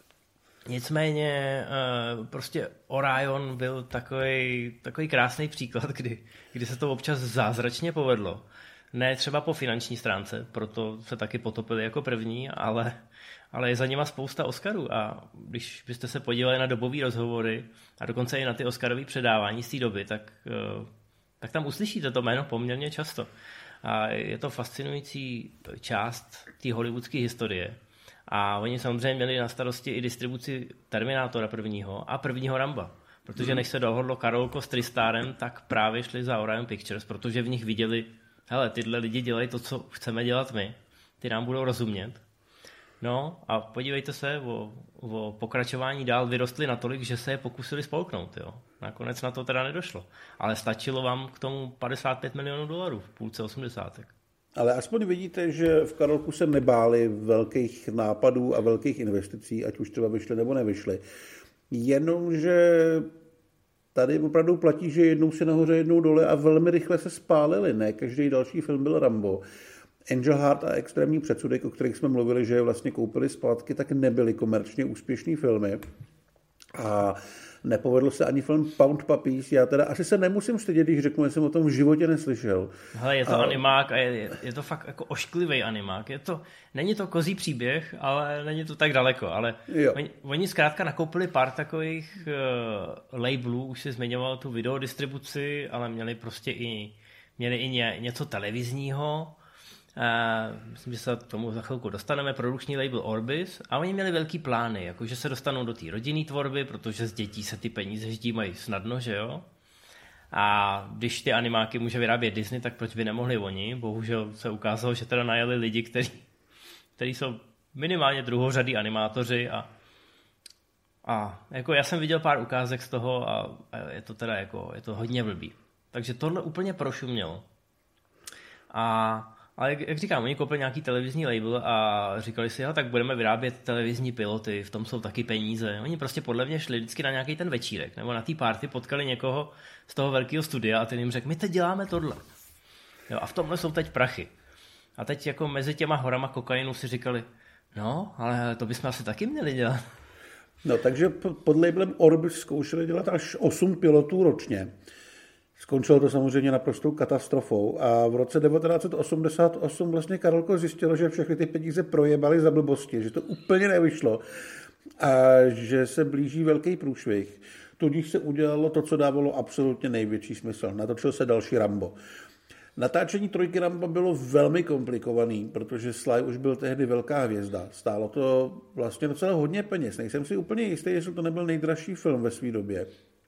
Nicméně prostě Orion byl takový krásný příklad, kdy se to občas zázračně povedlo. Ne třeba po finanční stránce, proto se taky potopili jako první, ale je za nima spousta Oscarů a když byste se podívali na dobové rozhovory a dokonce i na ty Oscarové předávání z té doby, tak tam uslyšíte to jméno poměrně často. A je to fascinující část té hollywoodské historie. A oni samozřejmě měli na starosti i distribuci Terminátora prvního a prvního Ramba. Protože než se dohodlo Karolko s TriStarem, tak právě šli za Orion Pictures, protože v nich viděli, hele, tyhle lidi dělají to, co chceme dělat my. Ty nám budou rozumět. No a podívejte se, o pokračování dál vyrostly natolik, že se je pokusili spolknout. Jo. Nakonec na to teda nedošlo. Ale stačilo vám k tomu $55 milionů v půlce 80. Ale aspoň vidíte, že v Karolku se nebáli velkých nápadů a velkých investicí, ať už třeba vyšly nebo nevyšly. Jenomže tady opravdu platí, že jednou si nahoře, jednou dole a velmi rychle se spálili. Ne, každý další film byl Rambo. Angel Heart a Extrémní předsudek, o kterých jsme mluvili, že je vlastně koupili zpátky, tak nebyly komerčně úspěšný filmy. A nepovedl se ani film Pound Puppies. Já teda asi se nemusím stydět, když řeknu, že jsem o tom v životě neslyšel. Hele, je to animák a je to fakt jako ošklivý animák. Není to kozí příběh, ale není to tak daleko. Ale oni zkrátka nakoupili pár takových labelů, už si zmiňoval tu videodistribuci, ale měli i něco televizního. Myslím, že se k tomu za chvilku dostaneme, produkční label Orbis, a oni měli velký plány, jakože se dostanou do té rodinné tvorby, protože z dětí se ty peníze ždímají snadno, že jo? A když ty animáky může vyrábět Disney, tak proč by nemohli oni? Bohužel se ukázalo, že teda najeli lidi, kteří jsou minimálně druhořadí animátoři a jako já jsem viděl pár ukázek z toho a je to teda jako, je to hodně blbý. Takže tohle úplně prošumělo. Ale jak říkám, oni koupili nějaký televizní label a říkali si, tak budeme vyrábět televizní piloty, v tom jsou taky peníze. Oni prostě podle mě šli vždycky na nějaký ten večírek, nebo na té party potkali někoho z toho velkého studia a ten jim řekl, my teď děláme tohle. Jo, a v tomhle jsou teď prachy. A teď jako mezi těma horama kokainu si říkali, no, ale to bychom asi taky měli dělat. No, takže pod labelem Orbis zkoušeli dělat až 8 pilotů ročně. Skončilo to samozřejmě naprostou katastrofou a v roce 1988 vlastně Karolko zjistilo, že všechny ty peníze projebali za blbosti, že to úplně nevyšlo a že se blíží velký průšvih. Tudíž se udělalo to, co dávalo absolutně největší smysl. Natočil se další Rambo. Natáčení trojky Rambo bylo velmi komplikovaný, protože Sly už byl tehdy velká hvězda. Stálo to vlastně docela hodně peněz. Nejsem si úplně jistý, jestli to nebyl nejdražší film ve své době.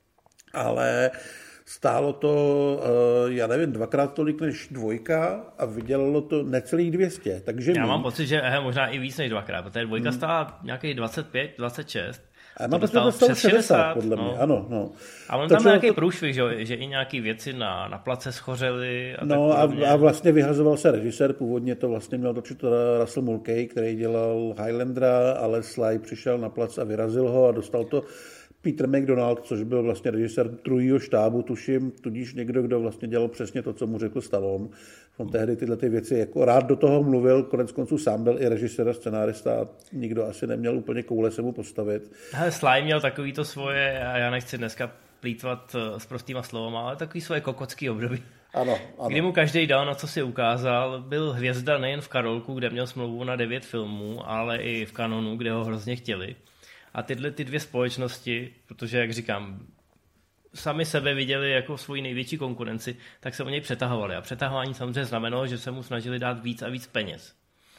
Ale stálo to, já nevím, 2x tolik než dvojka a vydělalo to necelých 200. Takže já mám pocit, že možná i víc než 2x, protože dvojka stála nějakých 25, 26. A mám pocit, že to stalo 60, podle mě. Ano, no. A on tam byl nějaký průšvih, že i nějaký věci na place schořely. A vlastně vyhazoval se režisér, původně to vlastně měl točit Russell Mulcahy, který dělal Highlandera, ale Sly přišel na plac a vyrazil ho a dostal to Peter McDonald, což byl vlastně režisér druhého štábu, tuším, tudíž někdo, kdo vlastně dělal přesně to, co mu řekl Stallone. On tehdy tyhle ty věci jako rád do toho mluvil, konec konců sám byl i režisér a scenárista a nikdo asi neměl úplně koule se mu postavit. Hele, Sly měl takový to svoje, a já nechci dneska plýtvat s prostýma slovama, ale takový svoje kokocký období. Ano. Kdy mu každý dal, na co si ukázal, byl hvězda nejen v Karolku, kde měl smlouvu na 9 filmů, ale i v Kanonu, kde ho hrozně chtěli. A ty dvě společnosti, protože, jak říkám, sami sebe viděli jako svoji největší konkurenci, tak se o něj přetahovali. A přetahování samozřejmě znamenalo, že se mu snažili dát víc a víc peněz.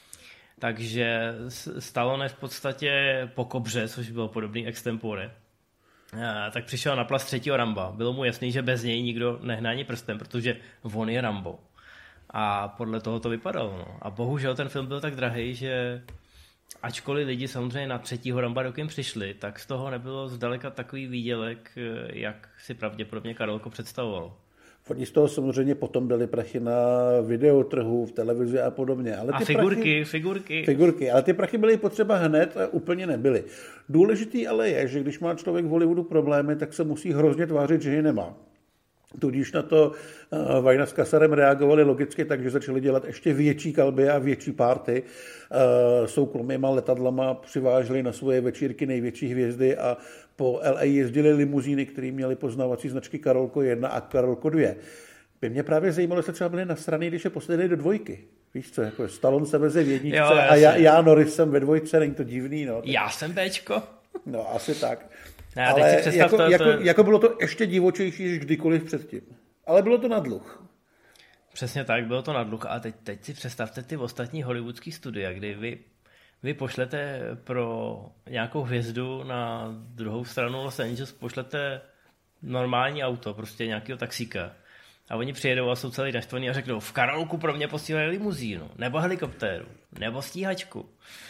Takže Stallone v podstatě po Kobře, což bylo podobný extempore, tak přišel na plac třetího Ramba. Bylo mu jasný, že bez něj nikdo nehne ani prstem, protože on je Rambo. A podle toho to vypadalo. No. A bohužel ten film byl tak drahý, že ačkoliv lidi samozřejmě na třetího Ramba rokem přišli, tak z toho nebylo zdaleka takový výdělek, jak si pravděpodobně Karolko představovalo. Oni z toho samozřejmě potom byly prachy na videotrhu, v televizi a podobně. Ale ty figurky. Ale ty prachy byly potřeba hned a úplně nebyly. Důležitý ale je, že když má člověk v Hollywoodu problémy, tak se musí hrozně tvářit, že je nemá. Tudíž na to Vajna s Kasarem reagovali logicky, takže začali dělat ještě větší kalby a větší párty. Soukromýma letadlama přiváželi na svoje večírky největší hvězdy a po LA jezdili limuzíny, které měly poznávací značky Karolko 1 a Karolko 2. By mě právě zajímalo, jestli třeba byli nasraný, když je posledili do dvojky. Víš co, jako Stallone se veze v jedničce a já Norris jsem ve dvojce, není to divný. No. Já jsem Bčko. No, asi tak. Ne, ale jako bylo to ještě divočejší než kdykoliv předtím. Ale bylo to na dluh. Přesně tak, bylo to na dluh. A teď si představte ty ostatní hollywoodský studia, kdy vy pošlete pro nějakou hvězdu na druhou stranu Los Angeles, pošlete normální auto, prostě nějakého taxíka. A oni přijedou a jsou celý naštvaný a řeknou, v Karolku pro mě posílají limuzínu, nebo helikoptéru, nebo stíhačku.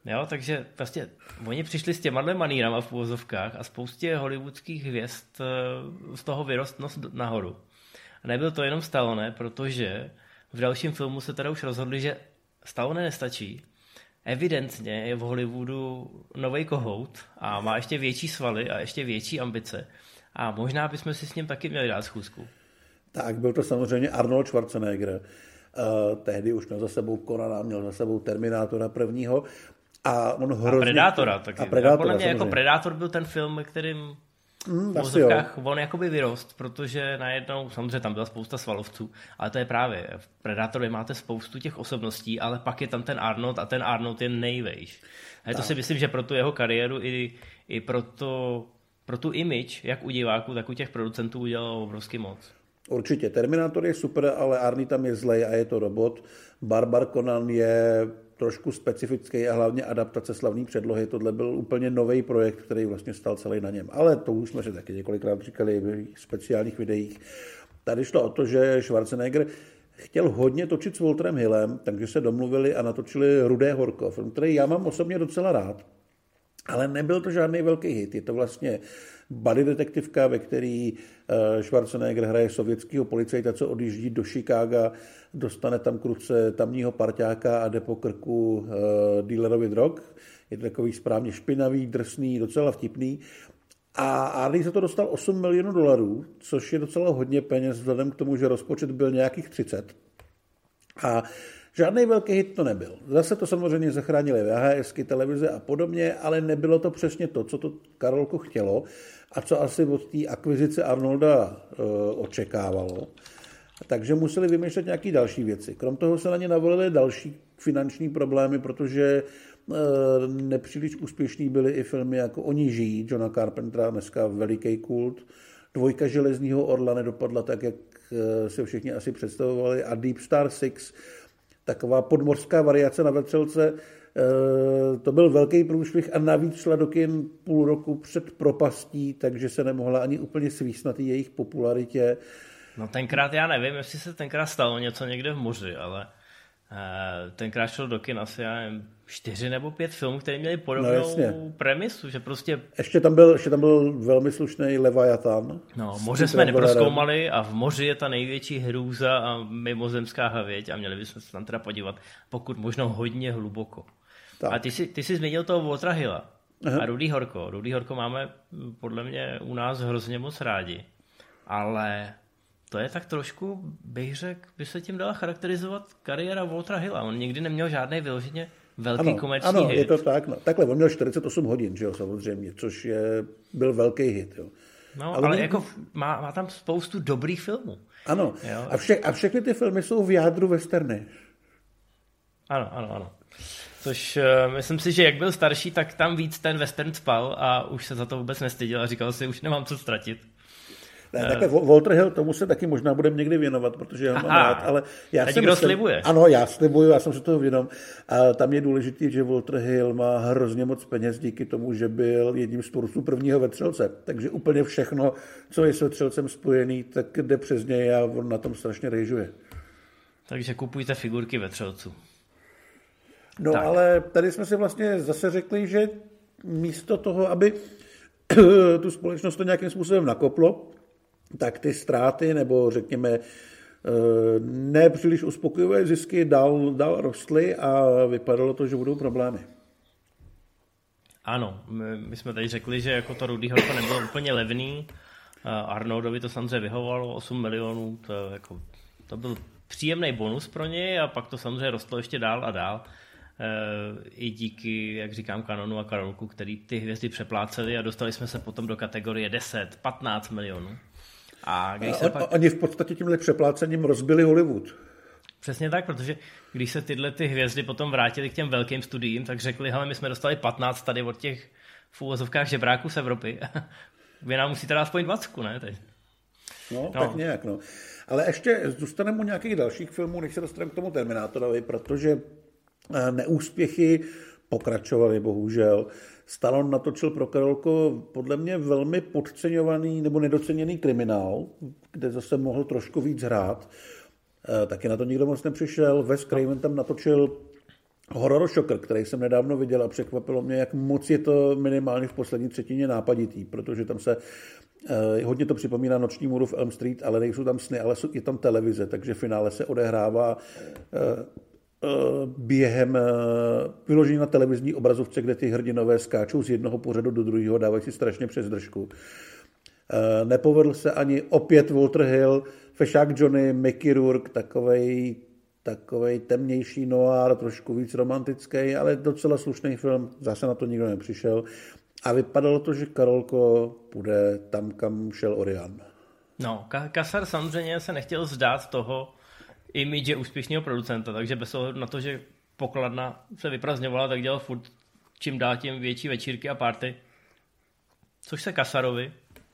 Jo, takže vlastně oni přišli s těma manýrama v uvozovkách a spoustě hollywoodských hvězd z toho vyrost nos nahoru. A nebyl to jenom Stallone, protože v dalším filmu se teda už rozhodli, že Stallone nestačí. Evidentně je v Hollywoodu novej kohout a má ještě větší svaly a ještě větší ambice. A možná bychom si s ním taky měli dát schůzku. Tak, byl to samozřejmě Arnold Schwarzenegger. Tehdy už měl za sebou Conana, měl za sebou Terminátora prvního. A on hrozně... A Predátora taky. A Predátora, podle mě samozřejmě. jako Predátor byl ten film, kterým v vozovkách on jakoby vyrost, protože najednou, samozřejmě tam byla spousta svalovců, ale to je právě, v Predátorově máte spoustu těch osobností, ale pak je tam ten Arnold a ten Arnold je nejvejš. A to si myslím, že pro tu jeho kariéru i pro tu image, jak u diváků, tak u těch producentů udělal obrovský moc. Určitě, Terminátor je super, ale Arnie tam je zlej a je to robot. Barbar Conan je trošku specifický a hlavně adaptace slavné předlohy. Tohle byl úplně nový projekt, který vlastně stal celý na něm. Ale to už jsme si taky několikrát říkali v speciálních videích. Tady šlo o to, že Schwarzenegger chtěl hodně točit s Walterem Hillem, takže se domluvili a natočili Rudé horko, film, který já mám osobně docela rád. Ale nebyl to žádný velký hit. Je to vlastně buddy detektivka, ve který Schwarzenegger hraje sovětského policajta, co odjíždí do Chicaga, dostane tam kruce tamního parťáka a jde po krku dealerovi drog. Je to takový správně špinavý, drsný, docela vtipný. A Arnie se to dostal $8 milionů, což je docela hodně peněz vzhledem k tomu, že rozpočet byl nějakých 30. A žádný velký hit to nebyl. Zase to samozřejmě zachránili VHSky, televize a podobně, ale nebylo to přesně to, co to Karolko chtělo a co asi od té akvizice Arnolda očekávalo. Takže museli vymýšlet nějaké další věci. Krom toho se na ně navolily další finanční problémy, protože nepříliš úspěšný byly i filmy jako Oni žijí, Johna Carpentera, dneska veliký kult. 2 Železného orla nedopadla tak, jak si všichni asi představovali. A Deep Star 6, taková podmořská variace na vetřelce, to byl velký průšvih a navíc šla do kin půl roku před propastí, takže se nemohla ani úplně svíst na té jejich popularitě. No tenkrát já nevím, jestli se tenkrát stalo něco někde v moři, ale tenkrát šel do kin asi 4 nebo 5 filmů, které měly podobnou premisu, že prostě... Ještě tam byl velmi slušný Leviathan. No, moře jsme neprozkoumali a v moři je ta největší hrůza a mimozemská havěť a měli bychom se tam teda podívat, pokud možno hodně hluboko. Tak. A ty jsi zmínil toho Waltera Hilla. Aha. A Rudy Horko. Rudy Horko máme podle mě u nás hrozně moc rádi, ale... To je tak trošku, bych řekl, by se tím dala charakterizovat kariéra Waltera Hilla. On nikdy neměl žádný vyloženě velký komerční hit. Ano, je to tak. No. Takhle, on měl 48 hodin, že jo, samozřejmě, což byl velký hit. Jo. No, ale jako má tam spoustu dobrých filmů. Ano, jo? A všechny ty filmy jsou v jádru westerny. Ano. Což myslím si, že jak byl starší, tak tam víc ten western spal a už se za to vůbec nestyděl a říkal si, už nemám co ztratit. Ne, takhle Walter Hill, tomu se taky možná budeme někdy věnovat, protože já mám rád, ale já si myslím, slibuje. Ano, já slibuju, já jsem si toho vědom. A tam je důležité, že Walter Hill má hrozně moc peněz díky tomu, že byl jedním z tvůrců prvního vetřelce. Takže úplně všechno, co je s vetřelcem spojený, tak jde přes něj a on na tom strašně rejžuje. Takže kupujte figurky vetřelců. No tak. Ale tady jsme si vlastně zase řekli, že místo toho, aby tu společnost to nějakým způsobem nakoplo, tak ty ztráty, nebo řekněme nepříliš uspokojivé zisky dál rostly a vypadalo to, že budou problémy. Ano, my jsme tady řekli, že jako to Rudy Horko nebylo úplně levný. Arnoldovi to samozřejmě vyhovovalo 8 milionů, to byl příjemný bonus pro něj a pak to samozřejmě rostlo ještě dál a dál. I díky, jak říkám, Canonu a Karolku, který ty hvězdy přepláceli a dostali jsme se potom do kategorie 10-15 milionů. A když se pak... Oni v podstatě tímhle přeplácením rozbili Hollywood. Přesně tak, protože když se tyhle ty hvězdy potom vrátili k těm velkým studiím, tak řekli, hele, my jsme dostali 15 tady od těch v úvozovkách žebráků z Evropy. Vy nám musíte dát aspoň 20, ne? Teď. No, tak nějak, no. Ale ještě zůstaneme u nějakých dalších filmů, než se dostaneme k tomu Terminátorovi, protože neúspěchy pokračovaly, bohužel. Stallone natočil pro Karolko podle mě velmi podceňovaný nebo nedoceněný Kriminál, kde zase mohl trošku víc hrát. Taky na to nikdo moc nepřišel. Wes Craven tam natočil Horror Shocker, který jsem nedávno viděl a překvapilo mě, jak moc je to minimálně v poslední třetině nápaditý, protože tam se hodně to připomíná Noční můru v Elm Street, ale nejsou tam sny, ale je tam televize, takže finále se odehrává během vyložení na televizní obrazovce, kde ty hrdinové skáčou z jednoho pořadu do druhého, dávají si strašně přes držku. Nepovedl se ani opět Walter Hill, Fešák Johnny, Mickey Rourke, takovej temnější noir, trošku víc romantický, ale docela slušný film, zase na to nikdo nepřišel. A vypadalo to, že Karolko půjde tam, kam šel Orion. No, Kasar samozřejmě se nechtěl vzdát toho imidže úspěšného producenta, takže bez ohledu na to, že pokladna se vyprazňovala, tak dělal furt čím dál tím větší večírky a party. Což se Kasarovi.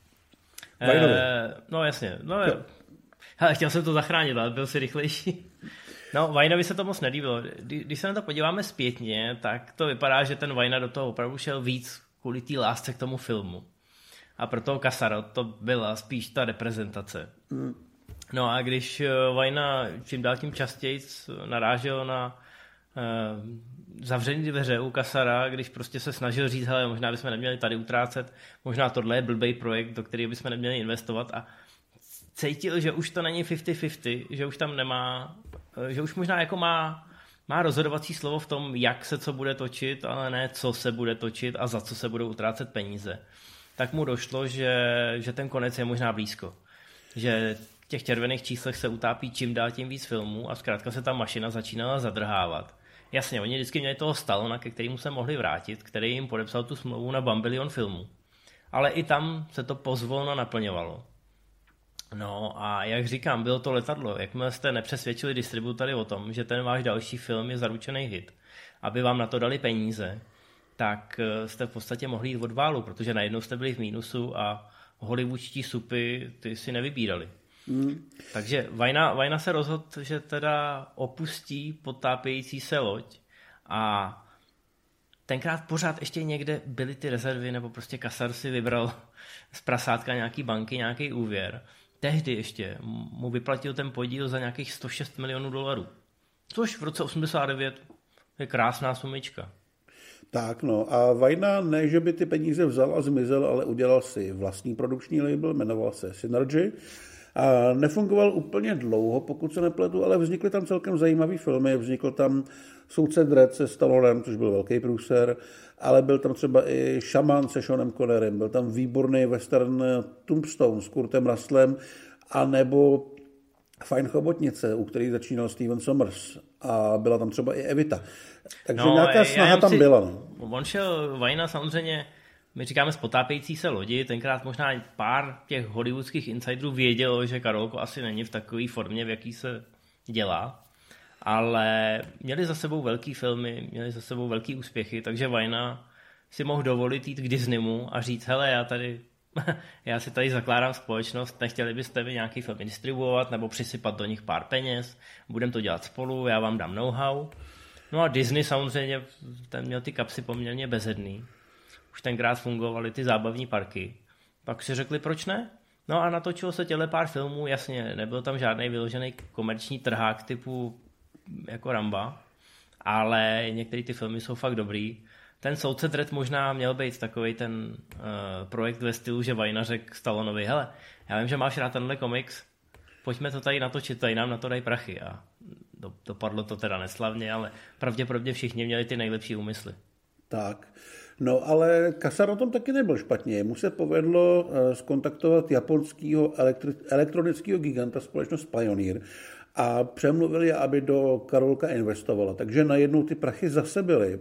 No jasně. Hele, chtěl jsem to zachránit, ale byl si rychlejší. No, Vajnovi se to moc nelíbilo. Když se na to podíváme zpětně, tak to vypadá, že ten Vajna do toho opravdu šel víc kvůli té lásce k tomu filmu. A pro toho Kasara to byla spíš ta reprezentace. No a když Vajna čím dál tím častěji narážel na zavřený dveře u Kasara, když prostě se snažil říct, hele, možná bychom neměli tady utrácet, možná tohle je blbej projekt, do kterého bychom neměli investovat, a cítil, že už to není 50-50, že už tam nemá, že už možná jako má rozhodovací slovo v tom, jak se co bude točit, ale ne co se bude točit a za co se budou utrácet peníze. Tak mu došlo, že ten konec je možná blízko. Že v těch červených číslech se utápí čím dál tím víc filmů a zkrátka se ta mašina začínala zadrhávat. Jasně, oni vždycky měli toho Stallona, ke kterému se mohli vrátit, který jim podepsal tu smlouvu na bambilion filmů. Ale i tam se to pozvolna naplňovalo. No a jak říkám, bylo to letadlo. Jakmile jste nepřesvědčili distributory o tom, že ten váš další film je zaručený hit, aby vám na to dali peníze, tak jste v podstatě mohli jít od válu, protože najednou jste byli v mínusu a hollywoodští supy ty si nevybírali. Takže Vajna se rozhodl, že teda opustí potápějící se loď, a tenkrát pořád ještě někde byly ty rezervy, nebo prostě Kasar si vybral z prasátka nějaký banky, nějaký úvěr. Tehdy ještě mu vyplatil ten podíl za nějakých 106 milionů dolarů. Což v roce 89 je krásná sumička. Tak no, a Vajna ne, že by ty peníze vzal a zmizel, ale udělal si vlastní produkční label, jmenoval se Synergy. A nefungoval úplně dlouho, pokud se nepletu, ale vznikly tam celkem zajímavý filmy. Vznikl tam Soudce Dredd se Stallonem, což byl velký průser, ale byl tam třeba i Šaman se Seanem Connerem, byl tam výborný western Tombstone s Kurtem Russellem, anebo Fajn chobotnice, u který začínal Steven Sommers, a byla tam třeba i Evita. Takže nějaká snaha tam byla. No. On šel, Vajna samozřejmě, my říkáme z potápějící se lodi, tenkrát možná pár těch hollywoodských insiderů vědělo, že Karolko asi není v takové formě, v jaký se dělá, ale měli za sebou velký filmy, měli za sebou velký úspěchy, takže Vajna si mohl dovolit jít k Disneymu a říct, hele, já si tady zakládám společnost, nechtěli byste mi nějaký film distribuovat nebo přisypat do nich pár peněz, budeme to dělat spolu, já vám dám know-how. No a Disney samozřejmě, ten měl ty kapsy poměrně bezedný. Už tenkrát fungovaly ty zábavní parky. Pak si řekli, proč ne? No a natočilo se těle pár filmů, jasně, nebyl tam žádný vyložený komerční trhák typu jako Ramba, ale některé ty filmy jsou fakt dobrý. Ten Soudce Dredd možná měl být takovej ten projekt ve stylu, že Vajna řekl Stallonovi, hele, já vím, že máš rád tenhle komiks, pojďme to tady natočit, tady nám na to dají prachy. A dopadlo to teda neslavně, ale pravděpodobně všichni měli ty nejlepší úmysly. Tak, no ale Kasar o tom taky nebyl špatně. Mu se povedlo skontaktovat japonského elektronického giganta společnost Pioneer a přemluvili je, aby do Karolka investovala. Takže najednou ty prachy zase byly.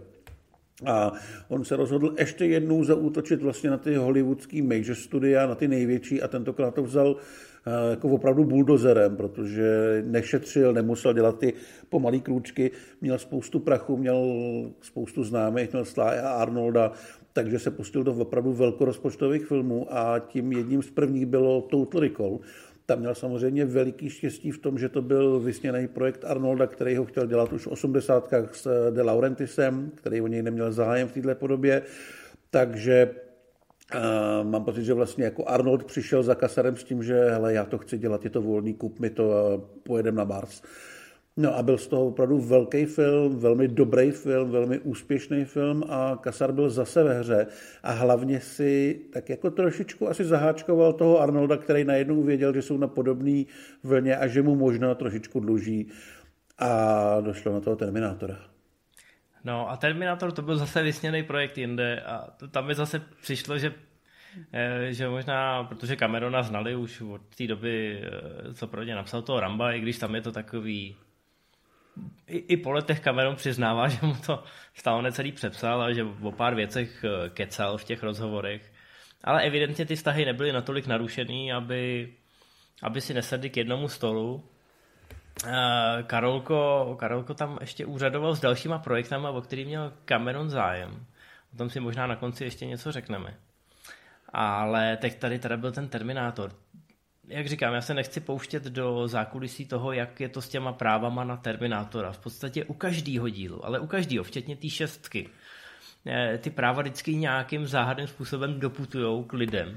A on se rozhodl ještě jednou zaútočit vlastně na ty hollywoodský major studia, na ty největší, a tentokrát to vzal jako opravdu buldozerem, protože nešetřil, nemusel dělat ty pomalý krůčky, měl spoustu prachu, měl spoustu známých, měl Sly a Arnolda, takže se pustil do opravdu velkorozpočtových filmů a tím jedním z prvních bylo Total Recall. Tam měl samozřejmě veliký štěstí v tom, že to byl vysněný projekt Arnolda, který ho chtěl dělat už v 80kách s De Laurentisem, který o něj neměl zájem v této podobě. Takže mám pocit, že vlastně jako Arnold přišel za Kasarem s tím, že hele, já to chci dělat, je to volný, kup mi to a pojedem na Mars. No a byl z toho opravdu velký film, velmi dobrý film, velmi úspěšný film a Kasar byl zase ve hře a hlavně si tak jako trošičku asi zaháčkoval toho Arnolda, který najednou věděl, že jsou na podobné vlně a že mu možná trošičku dluží a došlo na toho Terminátora. No a Terminátor to byl zase vysněný projekt jinde a tam mi zase přišlo, že možná, protože Camerona znali už od té doby, co pro ně napsal toho Ramba, i když tam je to takový, i po letech Cameron přiznává, že mu to stále necelý přepsal a že o pár věcech kecal v těch rozhovorech, ale evidentně ty vztahy nebyly natolik narušený, aby si nesedli k jednomu stolu. Karolko tam ještě úřadoval s dalšíma projektama, o který měl Cameron zájem. O tom si možná na konci ještě něco řekneme. Ale teď tady teda byl ten Terminátor. Jak říkám, já se nechci pouštět do zákulisí toho, jak je to s těma právama na Terminátora. V podstatě u každého dílu, ale u každého, včetně té 6. Ty práva vždycky nějakým záhadným způsobem doputujou k lidem.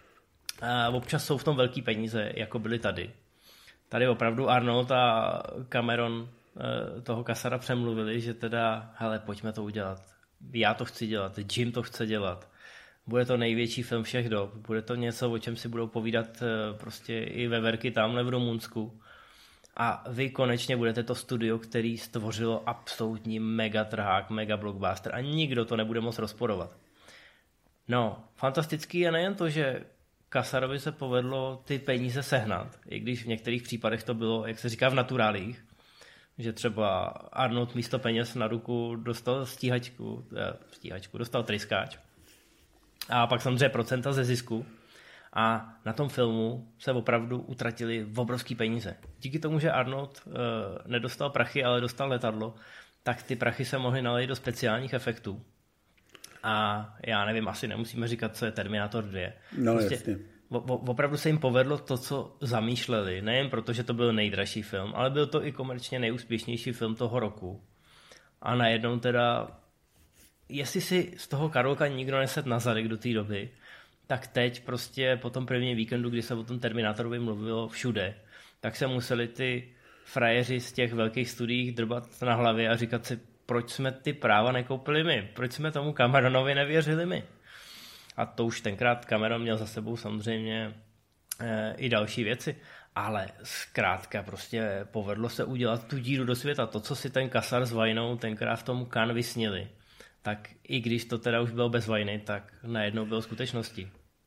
Občas jsou v tom velký peníze, jako byly tady. Tady opravdu Arnold a Cameron toho Kasara přemluvili, že teda, hele, pojďme to udělat. Já to chci dělat, Jim to chce dělat. Bude to největší film všech dob. Bude to něco, o čem si budou povídat prostě i veverky tamhle v Rumunsku. A vy konečně budete to studio, který stvořilo absolutní mega trhák, mega blockbuster a nikdo to nebude moc rozporovat. No, fantastický je nejen to, že Kasarovi se povedlo ty peníze sehnat, i když v některých případech to bylo, jak se říká, v naturálích, že třeba Arnold místo peněz na ruku dostal dostal tryskáč a pak samozřejmě procenta ze zisku a na tom filmu se opravdu utratili obrovský peníze. Díky tomu, že Arnold nedostal prachy, ale dostal letadlo, tak ty prachy se mohly nalejt do speciálních efektů. A já nevím, asi nemusíme říkat, co je Terminátor 2. No prostě jasně. Opravdu se jim povedlo to, co zamýšleli. Nejen proto, že to byl nejdražší film, ale byl to i komerčně nejúspěšnější film toho roku. A najednou teda, jestli si z toho Karolka nikdo neset na zadek do té doby, tak teď prostě po tom prvním víkendu, kdy se o tom Terminátorovi mluvilo všude, tak se museli ty frajeři z těch velkých studií drbat na hlavě a říkat si, proč jsme ty práva nekoupili my? Proč jsme tomu Cameronovi nevěřili my? A to už tenkrát Cameron měl za sebou samozřejmě i další věci. Ale zkrátka prostě povedlo se udělat tu díru do světa. To, co si ten Kasar s Vajnou tenkrát v tom Cannes vysnili, tak i když to teda už bylo bez Vajny, tak najednou bylo skutečností.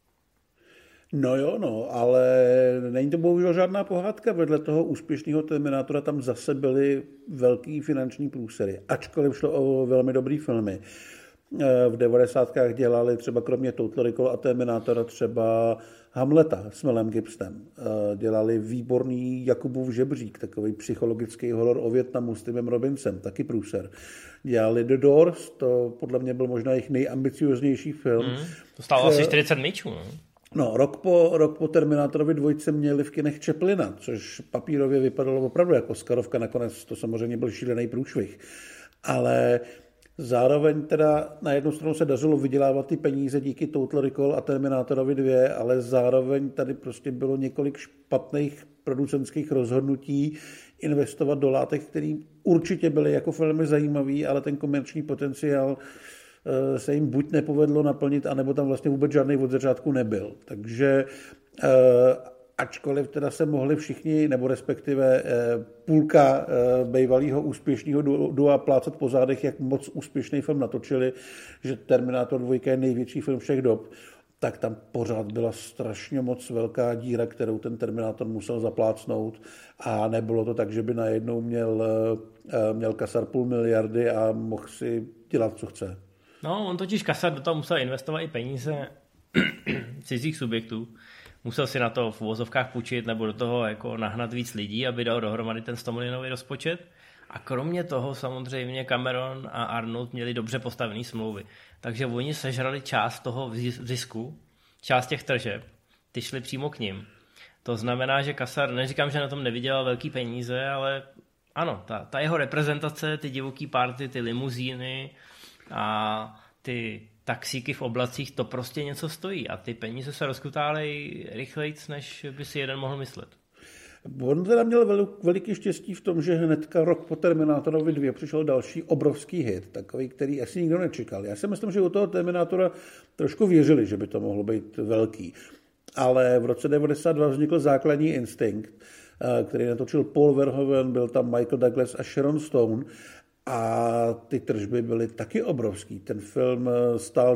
No jo, no, ale není to bohužel žádná pohádka. Vedle toho úspěšného Terminátora tam zase byly velký finanční průsery, ačkoliv šlo o velmi dobrý filmy. V 90. dělali třeba kromě Total Recall a Terminátora třeba Hamleta s Melem Gibsonem. Dělali výborný Jakubův žebřík, takový psychologický horor o Vietnamu s Timem Robinsem, taky průser. Dělali The Doors, to podle mě byl možná jejich nejambicioznější film. To stálo asi 40 míčů, no? No, rok po Terminátorovi 2 měli v kinech Chaplina, což papírově vypadalo opravdu jako Oscarovka, nakonec to samozřejmě byl šílený průšvih. Ale zároveň teda na jednu stranu se dařilo vydělávat ty peníze díky Total Recall a Terminátorovi 2, ale zároveň tady prostě bylo několik špatných producentských rozhodnutí investovat do látek, které určitě byly jako filmy zajímavý, ale ten komerční potenciál se jim buď nepovedlo naplnit, anebo tam vlastně vůbec žádný od začátku nebyl. Takže ačkoliv teda se mohli všichni, nebo respektive půlka bývalého úspěšného dua plácat po zádech, jak moc úspěšný film natočili, že Terminátor 2 je největší film všech dob, tak tam pořád byla strašně moc velká díra, kterou ten Terminátor musel zaplácnout a nebylo to tak, že by najednou měl Kasar 500 miliardy a mohl si dělat, co chce. No, on totiž Kasar do toho musel investovat i peníze cizích subjektů. Musel si na to v uvozovkách půjčit nebo do toho jako nahnat víc lidí, aby dal dohromady ten 100 milionový rozpočet. A kromě toho samozřejmě Cameron a Arnold měli dobře postavený smlouvy. Takže oni sežrali část toho zisku, část těch tržeb, ty šly přímo k nim. To znamená, že Kasar, neříkám, že na tom nevydělal velký peníze, ale ano, ta jeho reprezentace, ty divoký party, ty limuzíny a ty taxíky v oblacích, to prostě něco stojí a ty peníze se rozkutálejí rychlejc, než by si jeden mohl myslet. On teda měl veliký štěstí v tom, že hnedka rok po Terminátorovi 2 přišel další obrovský hit, takový, který asi nikdo nečekal. Já si myslím, že u toho Terminátora trošku věřili, že by to mohlo být velký. Ale v roce 1992 vznikl Základní instinkt, který natočil Paul Verhoeven, byl tam Michael Douglas a Sharon Stone a ty tržby byly taky obrovský. Ten film stál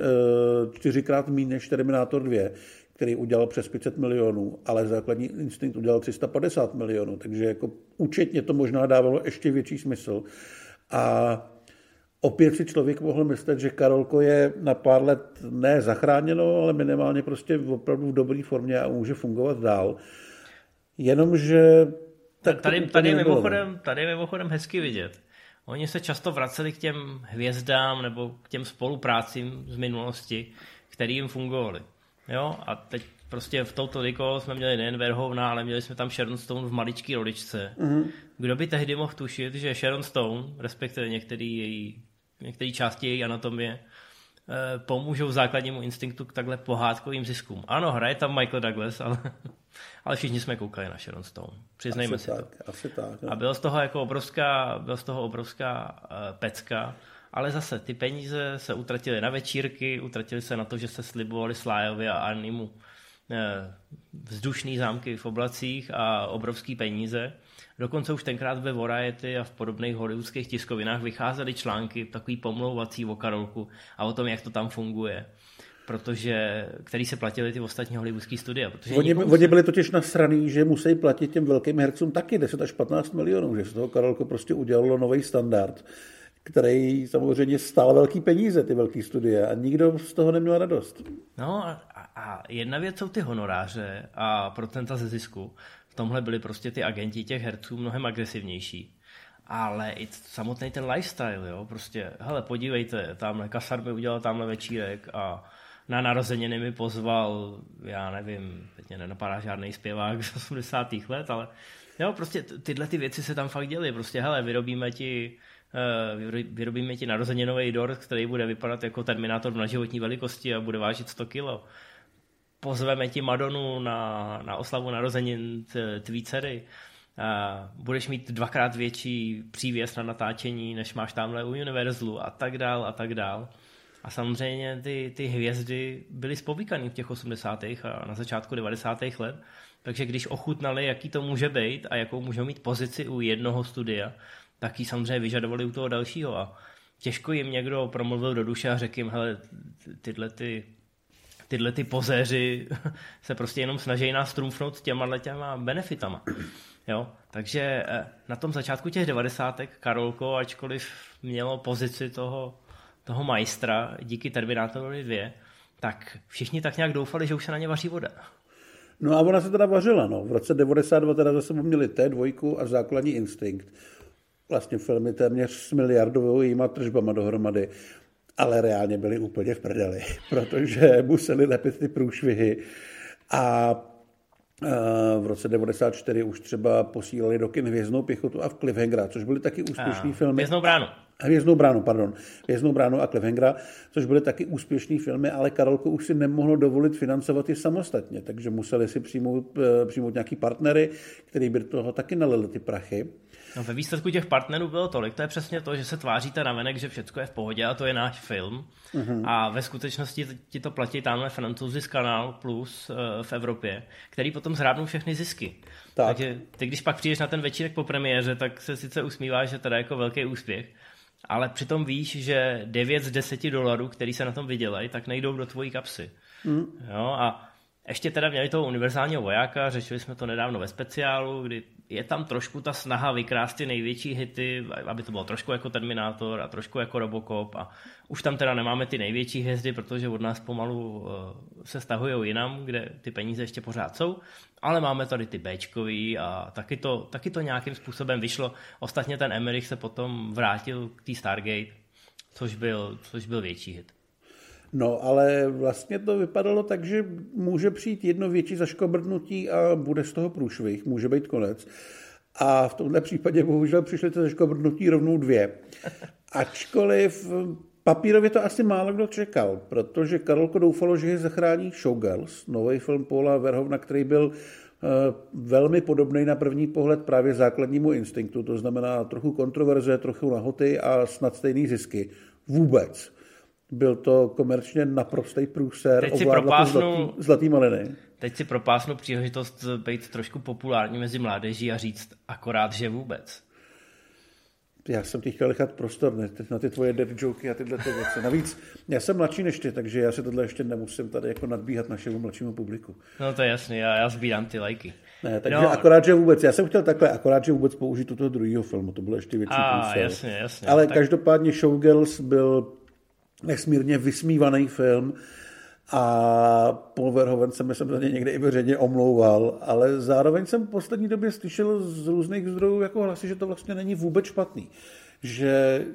4krát méně než Terminátor 2, který udělal přes 500 milionů, ale Základní instinkt udělal 350 milionů, takže jako účetně to možná dávalo ještě větší smysl. A opět si člověk mohl myslet, že Karolko je na pár let ne zachráněno, ale minimálně prostě opravdu v dobré formě a může fungovat dál. Jenomže... Tady je mimochodem hezky vidět. Oni se často vraceli k těm hvězdám nebo k těm spoluprácím z minulosti, který jim fungovaly. Jo? A teď prostě v touto Rico jsme měli nejen Verhoevena, ale měli jsme tam Sharon Stone v maličký roličce. Mm-hmm. Kdo by tehdy mohl tušit, že Sharon Stone, respektive některé části její anatomie, pomůžou základnímu instinktu k takhle pohádkovým ziskům. Ano, hraje tam Michael Douglas, ale všichni jsme koukali na Sharon Stone. Přiznejme si to. Asi tak. A byla z toho obrovská pecka, ale zase ty peníze se utratily na večírky, utratily se na to, že se slibovali Slyovi a Arnimu vzdušný zámky v oblacích a obrovský peníze. Dokonce už tenkrát ve Variety a v podobných hollywoodských tiskovinách vycházely články, takový pomlouvací o Karolku a o tom, jak to tam funguje. Který se platili ty ostatní hollywoodský studia. Oni byli totiž nasraný, že musí platit těm velkým hercům taky 10 až 15 milionů, že z toho Karolko prostě udělalo nový standard, který samozřejmě stál velký peníze, ty velký studie, a nikdo z toho neměl radost. No a jedna věc jsou ty honoráře a procenta ze zisku. V tomhle byli prostě ty agenti těch herců mnohem agresivnější. Ale i samotný ten lifestyle, jo, prostě, hele, podívejte, tamhle Kasar mi udělal tamhle večírek a na narozeniny mi pozval, já nevím, teď mě nenapadá žádný zpěvák z 80. let, ale jo, prostě tyhle ty věci se tam fakt děly, prostě, hele, vyrobíme ti narozeninový dort, který bude vypadat jako Terminátor v nadživotní velikosti a bude vážit 100 kilo. Pozveme ti Madonu na oslavu narozenin tvý dcery. Budeš mít 2x větší přívěs na natáčení, než máš tamhle u Universalu a tak dál a tak dál. A samozřejmě ty hvězdy byly spovíkaný v těch 80. a na začátku 90. let, takže když ochutnali, jaký to může být a jakou můžou mít pozici u jednoho studia, tak ji samozřejmě vyžadovali u toho dalšího a těžko jim někdo promluvil do duše a řekl jim, hele, tyhle ty pozéři se prostě jenom snaží nás trumfnout těma benefitama. Jo? Takže na tom začátku těch 90. Karolko, ačkoliv mělo pozici toho majstra díky Terminátorovi 2, tak všichni tak nějak doufali, že už se na ně vaří voda. No a ona se teda vařila. No. V roce 92 teda zase měli T2 a Základní instinkt. Vlastně filmy téměř s miliardovými tržbama dohromady, ale reálně byli úplně v prdeli, protože museli lepit ty průšvihy a v roce 94 už třeba posílali do kin Hvězdnou pěchotu a v Cliffhangera, což byly taky úspěšný filmy. Hvězdnou bránu a Cliffhangera, což byly taky úspěšný filmy, ale Karolko už si nemohlo dovolit financovat je samostatně, takže museli si přijmout nějaký partnery, který by do toho taky nalili ty prachy. No, ve výsledku těch partnerů bylo tolik, to je přesně to, že se tváříte navenek, že všechno je v pohodě a to je náš film. Mm-hmm. A ve skutečnosti ti to platí tamhle Francouzi z Canal Plus v Evropě, který potom zhrábnou všechny zisky. Tak. Takže ty, když pak přijdeš na ten večírek po premiéře, tak se sice usmíváš, že teda jako velký úspěch, ale přitom víš, že 9 z 10 dolarů, který se na tom vydělají, tak nejdou do tvojí kapsy. Mm. Jo, a ještě teda měli toho univerzálního vojáka, řešili jsme to nedávno ve speciálu, kdy je tam trošku ta snaha vykrást ty největší hity, aby to bylo trošku jako Terminátor a trošku jako Robocop a už tam teda nemáme ty největší hvězdy, protože od nás pomalu se stahujou jinam, kde ty peníze ještě pořád jsou, ale máme tady ty Bčkový a taky to nějakým způsobem vyšlo. Ostatně ten Emmerich se potom vrátil k té Stargate, což byl větší hit. No, ale vlastně to vypadalo tak, že může přijít jedno větší zaškobrtnutí a bude z toho průšvih, může být konec. A v tomhle případě bohužel přišly to zaškobrtnutí rovnou 2. Ačkoliv papírově to asi málo kdo čekal, protože Karolko doufalo, že je zachrání Showgirls, nový film Paula Verhoevena, který byl velmi podobný na první pohled právě základnímu instinktu, to znamená trochu kontroverze, trochu nahoty a snad stejný zisky. Vůbec. Byl to komerčně naprostý průser, ovládla to zlatý maliny. Teď si propásnu příležitost být trošku populární mezi mládeží a říct akorát, že vůbec. Já jsem ti chtěl nechat prostor na ty tvoje dead joky a tyhle věci. Navíc já jsem mladší než ty, takže já si tohle ještě nemusím tady jako nadbíhat našemu mladšímu publiku. No to je jasný, já sbírám ty lajky. Ne, takže akorát, že vůbec. Já jsem chtěl takhle, akorát, že vůbec použít u toho druhého filmu, to bylo ještě větší průser. Jasně. Ale tak... každopádně Showgirls byl nesmírně vysmívaný film a Paul Verhoeven se mi za ně někde i veřejně omlouval, ale zároveň jsem v poslední době slyšel z různých zdrojů jako hlasy, že to vlastně není vůbec špatný. Že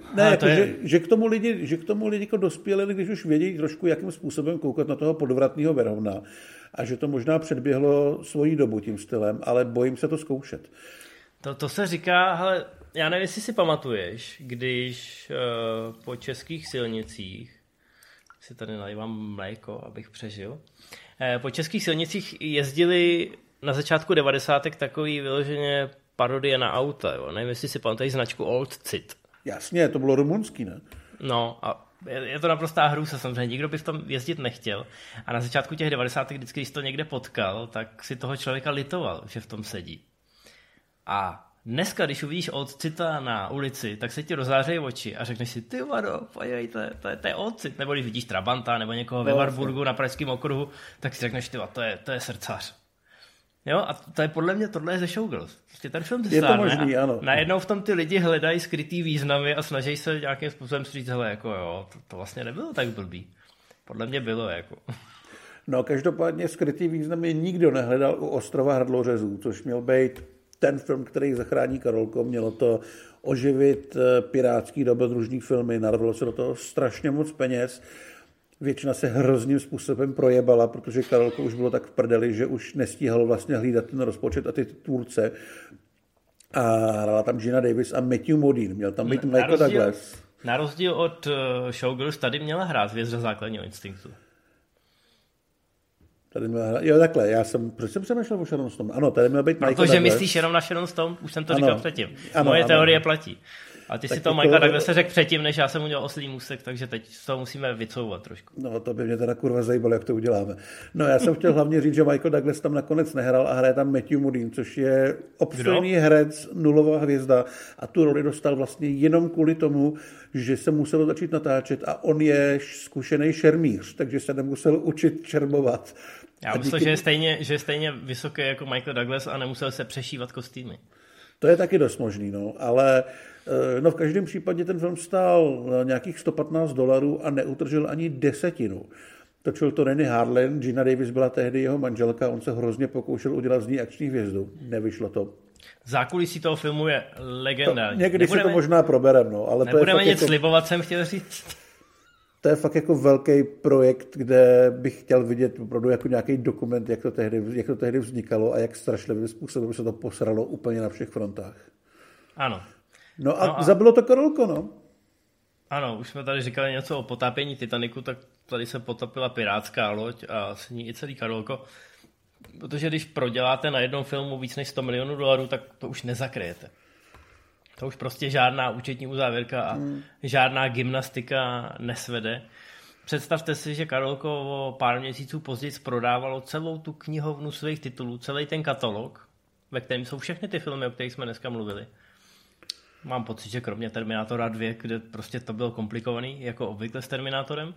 k tomu lidi jako dospěli, když už vědí trošku, jakým způsobem koukat na toho podvratného Verhoevena a že to možná předběhlo svoji dobu tím stylem, ale bojím se to zkoušet. To se říká, hele, já nevím, jestli si pamatuješ, když po českých silnicích, si tady nalívám mléko, abych přežil, po českých silnicích jezdili na začátku 90. takový vyloženě parodie na auta, jo. Nevím, jestli si pamatuješ značku Old Cit. Jasně, to bylo rumunský, ne? No a je to naprostá hrůza samozřejmě, nikdo by v tom jezdit nechtěl a na začátku těch 90. vždycky, když to někde potkal, tak si toho člověka litoval, že v tom sedí. A dneska, když uvidíš Old Cita na ulici, tak se ti rozářejí oči a řekneš si, ty vado, podívejte, to je Old Cit. Nebo když vidíš Trabanta nebo někoho ve Warburgu na pražském okruhu, tak si řekneš, ty to je srdcař. Jo, a to je podle mě, tohle je ze Showgirls. Prostě ten film je to možný, ano. Najednou v tom ty lidi hledají skrytý významy a snaží se nějakým způsobem říct, hele, jako jo, to vlastně nebylo tak blbý. Podle mě bylo, jako. No, každopádně skrytý významy nikdo nehledal u Ostrova hrdlořezů, což měl být ten film, který zachrání Karolko. Mělo to oživit pirátský dobrodružný filmy, narvalo se do toho strašně moc peněz. Většina se hrozným způsobem projebala, protože Karolko už bylo tak v prdeli, že už nestíhalo vlastně hlídat ten rozpočet a ty tvůrce. A hrála tam Gina Davis a Matthew Modine. Měl tam být Michael Douglas. Na rozdíl od Showgirls tady měla hrát Hvězda základního instinktu. Tady měla hrát, jo, takhle, proč jsem přemýšlel o Sharon Stone? Ano, tady měl být Michael Douglas. Protože myslíš jenom na Sharon Stone, už jsem to říkal předtím. Moje teorie platí. A ty tak si to Michaela Douglase řekl předtím, než já jsem udělal oslý můstek, takže teď to musíme vycouvat trošku. No, to by mě teda kurva zajímalo, jak to uděláme. No, já jsem chtěl hlavně říct, že Michael Douglas tam nakonec nehrál a hraje tam Matthew Modine, což je obstojný herec, nulová hvězda a tu roli dostal vlastně jenom kvůli tomu, že se muselo začít natáčet a on je zkušený šermíř, takže se nemusel učit šermovat. Já myslím, že je stejně vysoký jako Michael Douglas a nemusel se přešívat kostýmy. To je taky dost možný, no, ale no v každém případě ten film stál nějakých $115 a neutržil ani desetinu. Točil to Renny Harlin, Gina Davis byla tehdy jeho manželka, on se hrozně pokoušel udělat z ní akční hvězdu. Nevyšlo to. Zákulisí toho filmu je legendární. Někdy si to možná proberem, no, ale nebudeme to je nic slibovat, jsem chtěl říct. To je fakt jako velký projekt, kde bych chtěl vidět opravdu jako nějaký dokument, jak to tehdy vznikalo a jak strašlivým způsobem se to posralo úplně na všech frontách. Ano. No a zabilo to Karolko, no. Ano, už jsme tady říkali něco o potápění Titaniku, tak tady se potopila pirátská loď a s ní i celý Karolko. Protože když proděláte na jednom filmu víc než $100 milionů, tak to už nezakryjete. To už prostě žádná účetní uzávěrka a žádná gymnastika nesvede. Představte si, že Karolko o pár měsíců později prodávalo celou tu knihovnu svých titulů, celý ten katalog, ve kterém jsou všechny ty filmy, o kterých jsme dneska mluvili. Mám pocit, že kromě Terminátora 2, kde prostě to bylo komplikovaný, jako obvykle s Terminátorem.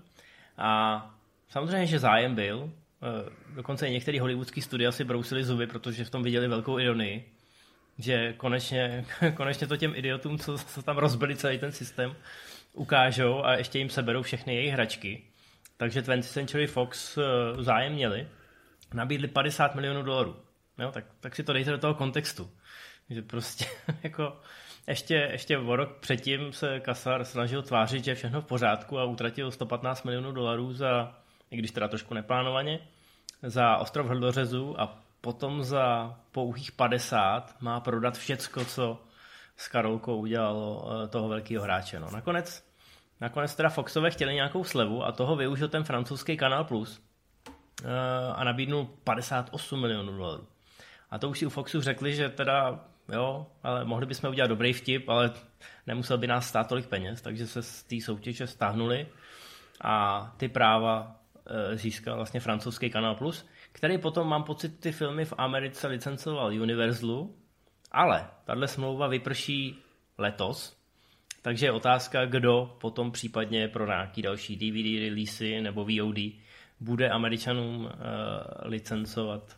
A samozřejmě, že zájem byl. Dokonce i některý hollywoodský studia si brousili zuby, protože v tom viděli velkou ironii. Že konečně to těm idiotům, co tam rozbili celý ten systém, ukážou a ještě jim seberou všechny jejich hračky. Takže 20th Century Fox zájem měli. Nabídli $50 milionů. No, tak si to dejte do toho kontextu. Že prostě jako ještě o rok předtím se Kassar snažil tvářit, že je všechno v pořádku a utratil $115 milionů za, i když teda trošku neplánovaně, za Ostrov hrdlořezů a potom za pouhých 50 má prodat všecko, co s Karolkou udělalo toho velkého hráče. No. Nakonec teda Foxové chtěli nějakou slevu a toho využil ten francouzský Canal Plus a nabídnul $58 milionů. A to už si u Foxu řekli, že teda jo, ale mohli bychom udělat dobrý vtip, ale nemusel by nás stát tolik peněz, takže se z té soutěže stáhnuli a ty práva získal vlastně francouzský Canal+, který potom, mám pocit, ty filmy v Americe licencoval Universalu, ale tahle smlouva vyprší letos, takže je otázka, kdo potom případně pro nějaký další DVD releasy nebo VOD bude Američanům licencovat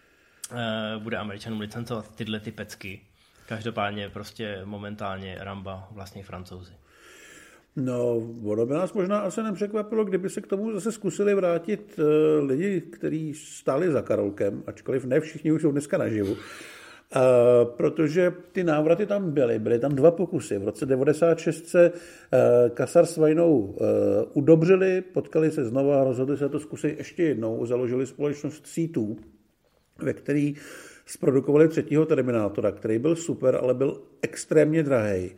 tyhle ty pecky. Každopádně prostě momentálně Ramba vlastně Francouzi. No, ono by nás možná asi nepřekvapilo, kdyby se k tomu zase zkusili vrátit lidi, kteří stáli za Karolkem, ačkoliv ne všichni už jsou dneska naživu. Protože ty návraty tam byly tam 2 pokusy. V roce 96 se Kassar s Vajnou udobřili, potkali se znova, rozhodli se to zkusit ještě jednou, založili společnost C2, ve který zprodukovali 3. Terminátora, který byl super, ale byl extrémně drahý.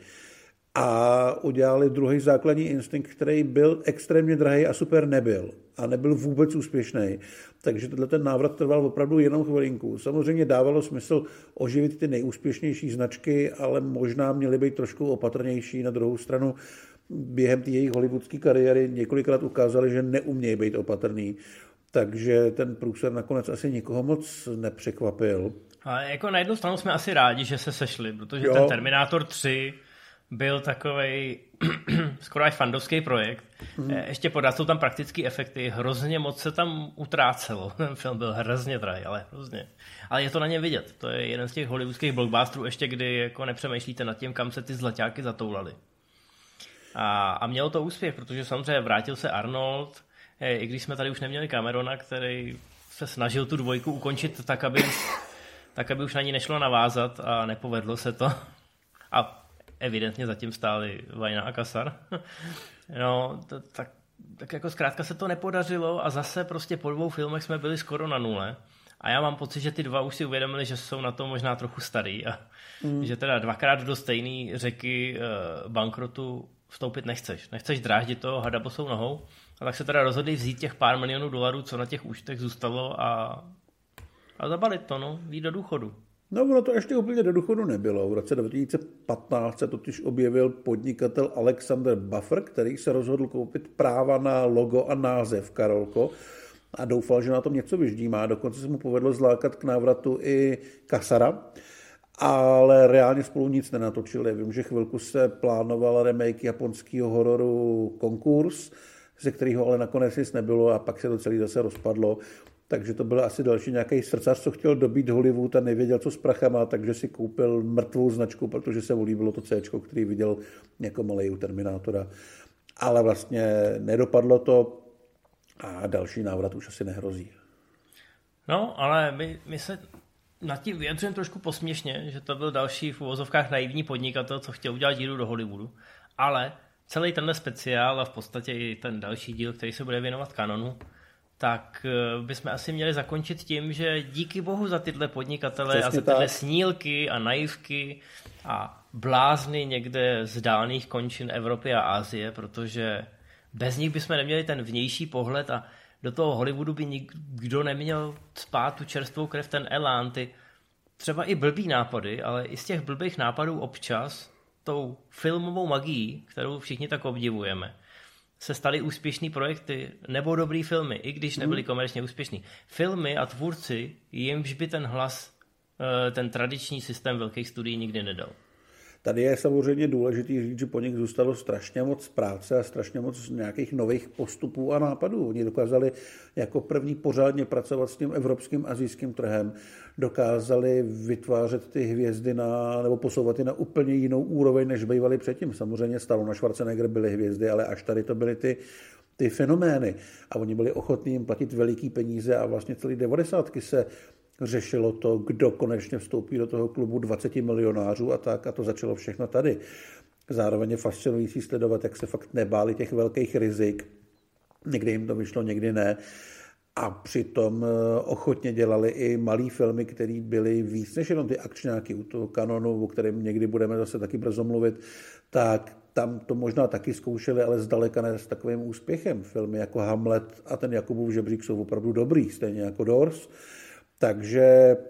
A udělali druhý základní instinkt, který byl extrémně drahý a super nebyl. A nebyl vůbec úspěšný. Takže ten návrat trval opravdu jenom chvilinku. Samozřejmě dávalo smysl oživit ty nejúspěšnější značky, ale možná měly být trošku opatrnější. Na druhou stranu během té jejich hollywoodské kariéry několikrát ukázali, že neumějí být opatrný. Takže ten průser nakonec asi nikoho moc nepřekvapil. A jako na jednu stranu jsme asi rádi, že se sešli, protože ten Terminátor 3 byl takovej skoro až fandovský projekt. Ještě podat jsou tam praktické efekty, hrozně moc se tam utrácelo. Ten film byl hrozně drahý, ale hrozně. Ale je to na něm vidět. To je jeden z těch hollywoodských blockbusterů, ještě kdy jako nepřemýšlíte nad tím, kam se ty zlaťáky zatoulaly. A mělo to úspěch, protože samozřejmě vrátil se Arnold, i když jsme tady už neměli Camerona, který se snažil tu 2 ukončit tak, aby už na ní nešlo navázat a nepovedlo se to. A evidentně zatím stáli Vajna a Kassar. No, tak jako zkrátka se to nepodařilo a zase prostě po 2 filmech jsme byli skoro na nule. A já mám pocit, že ty 2 už si uvědomili, že jsou na to možná trochu starý a že teda 2krát do stejné řeky bankrotu vstoupit nechceš. Nechceš dráždit to hadabosou nohou. A tak se teda rozhodli vzít těch pár milionů dolarů, co na těch účtech zůstalo a zabalit to, no, jít do důchodu. No, ono to ještě úplně do důchodu nebylo. V roce 2015 se totiž objevil podnikatel Alexander Buffer, který se rozhodl koupit práva na logo a název Karolko a doufal, že na tom něco vyždímá. Dokonce se mu povedlo zlákat k návratu i Kassara, ale reálně spolu nic nenatočili. Vím, že chvilku se plánoval remake japonského hororu Konkurs, ze kterého ale nakonec nic nebylo a pak se to celé zase rozpadlo. Takže to byl asi další nějaký srdcař, co chtěl dobít Hollywood a nevěděl, co s prachama, takže si koupil mrtvou značku, protože se mu líbilo to C, který viděl jako malej u Terminátora. Ale vlastně nedopadlo to a další návrat už asi nehrozí. No, ale my se nad tím vyjadřujeme trošku posměšně, že to byl další v uvozovkách naivní podnikatel, co chtěl udělat dílu do Hollywoodu. Ale celý tenhle speciál a v podstatě i ten další díl, který se bude věnovat kanonu, tak bychom asi měli zakončit tím, že díky bohu za tyhle podnikatele přesně a za tyhle snílky a naivky a blázny někde z dálných končin Evropy a Asie, protože bez nich bychom neměli ten vnější pohled a do toho Hollywoodu by nikdo neměl spát tu čerstvou krev, ten elán, ty třeba i blbý nápady, ale i z těch blbých nápadů občas tou filmovou magií, kterou všichni tak obdivujeme, se staly úspěšný projekty nebo dobrý filmy, i když nebyly komerčně úspěšný. Filmy a tvůrci, jimž by ten hlas, ten tradiční systém velkých studií nikdy nedal. Tady je samozřejmě důležitý říct, že po nich zůstalo strašně moc práce a strašně moc nějakých nových postupů a nápadů. Oni dokázali jako první pořádně pracovat s tím evropským asijským trhem, dokázali vytvářet ty hvězdy nebo posouvat je na úplně jinou úroveň, než bývaly předtím. Samozřejmě Stallone a Schwarzenegger byly hvězdy, ale až tady to byly ty fenomény. A oni byli ochotní jim platit veliký peníze a vlastně celý 90. se řešilo to, kdo konečně vstoupí do toho klubu 20 milionářů a tak, a to začalo všechno tady. Zároveň je fascinující sledovat, jak se fakt nebáli těch velkých rizik. Někdy jim to vyšlo, někdy ne. A přitom ochotně dělali i malý filmy, které byly víc než jenom ty akčňáky u toho kanonu, o kterém někdy budeme zase taky brzo mluvit, tak tam to možná taky zkoušeli, ale zdaleka ne s takovým úspěchem. Filmy jako Hamlet a ten Jakubův žebřík jsou opravdu dobrý, stejně jako Doors. Takže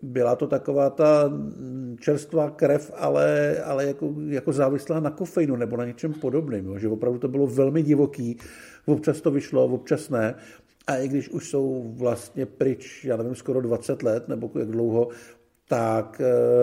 byla to taková ta čerstvá krev, ale jako závislá na kofeinu nebo na něčem podobném. Jo? Že opravdu to bylo velmi divoký. Občas to vyšlo, občas ne. A i když už jsou vlastně pryč, já nevím, skoro 20 let, nebo jak dlouho, tak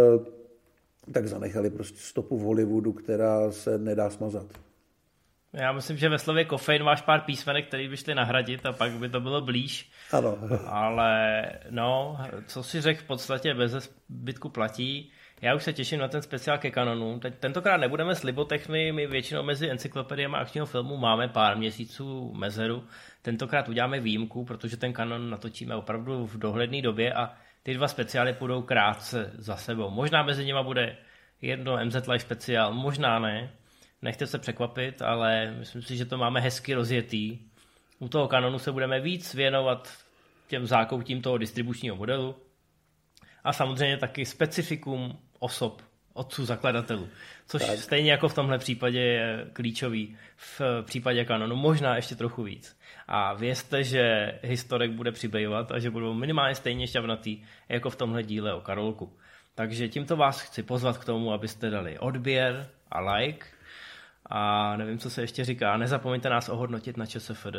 zanechali prostě stopu v Hollywoodu, která se nedá smazat. Já myslím, že ve slově kofein máš pár písmenek, který by šli nahradit a pak by to bylo blíž. Ano. Ale no, co si řekl, v podstatě bez zbytku platí. Já už se těším na ten speciál ke kanonu. Tentokrát nebudeme s Libotechmi, my většinou mezi encyklopediemi akčního filmu máme pár měsíců mezeru. Tentokrát uděláme výjimku, protože ten kanon natočíme opravdu v dohledné době a ty dva speciály půjdou krátce za sebou. Možná mezi nimi bude jedno MZ Live speciál, možná ne. Nechte se překvapit, ale myslím si, že to máme hezky rozjetý. U toho kanonu se budeme víc věnovat těm zákoutím toho distribučního modelu a samozřejmě taky specifikum osob, otců zakladatelů, což tak. Stejně jako v tomhle případě je klíčový v případě kanonu, možná ještě trochu víc. A vězte, že historek bude přibývat a že budou minimálně stejně šťavnatý jako v tomhle díle o Karolku. Takže tímto vás chci pozvat k tomu, abyste dali odběr a like a nevím, co se ještě říká. Nezapomeňte nás ohodnotit na ČSFD.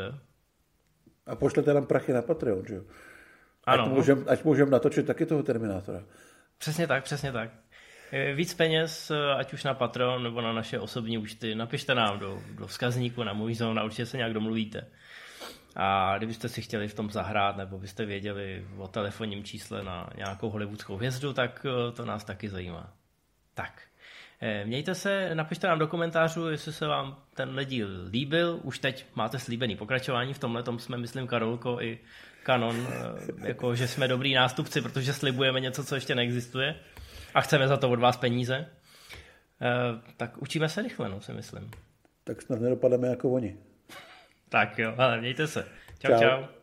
A pošlete nám prachy na Patreon, že jo? Ano. Ať můžeme natočit taky toho Terminátora. Přesně tak, přesně tak. Víc peněz, ať už na Patreon nebo na naše osobní účty, napište nám do vzkazníku na Můj zón a určitě se nějak domluvíte. A kdybyste si chtěli v tom zahrát nebo byste věděli o telefonním čísle na nějakou hollywoodskou hvězdu, tak to nás taky zajímá. Tak. Mějte se, napište nám do komentářů, jestli se vám tenhle díl líbil. Už teď máte slíbený pokračování, v tomhletom jsme, myslím, Karolko i Kanon, jako že jsme dobrý nástupci, protože slibujeme něco, co ještě neexistuje a chceme za to od vás peníze. Tak učíme se rychle, no, si myslím. Tak snad nedopademe jako oni. Tak jo, ale mějte se. Čau, čau.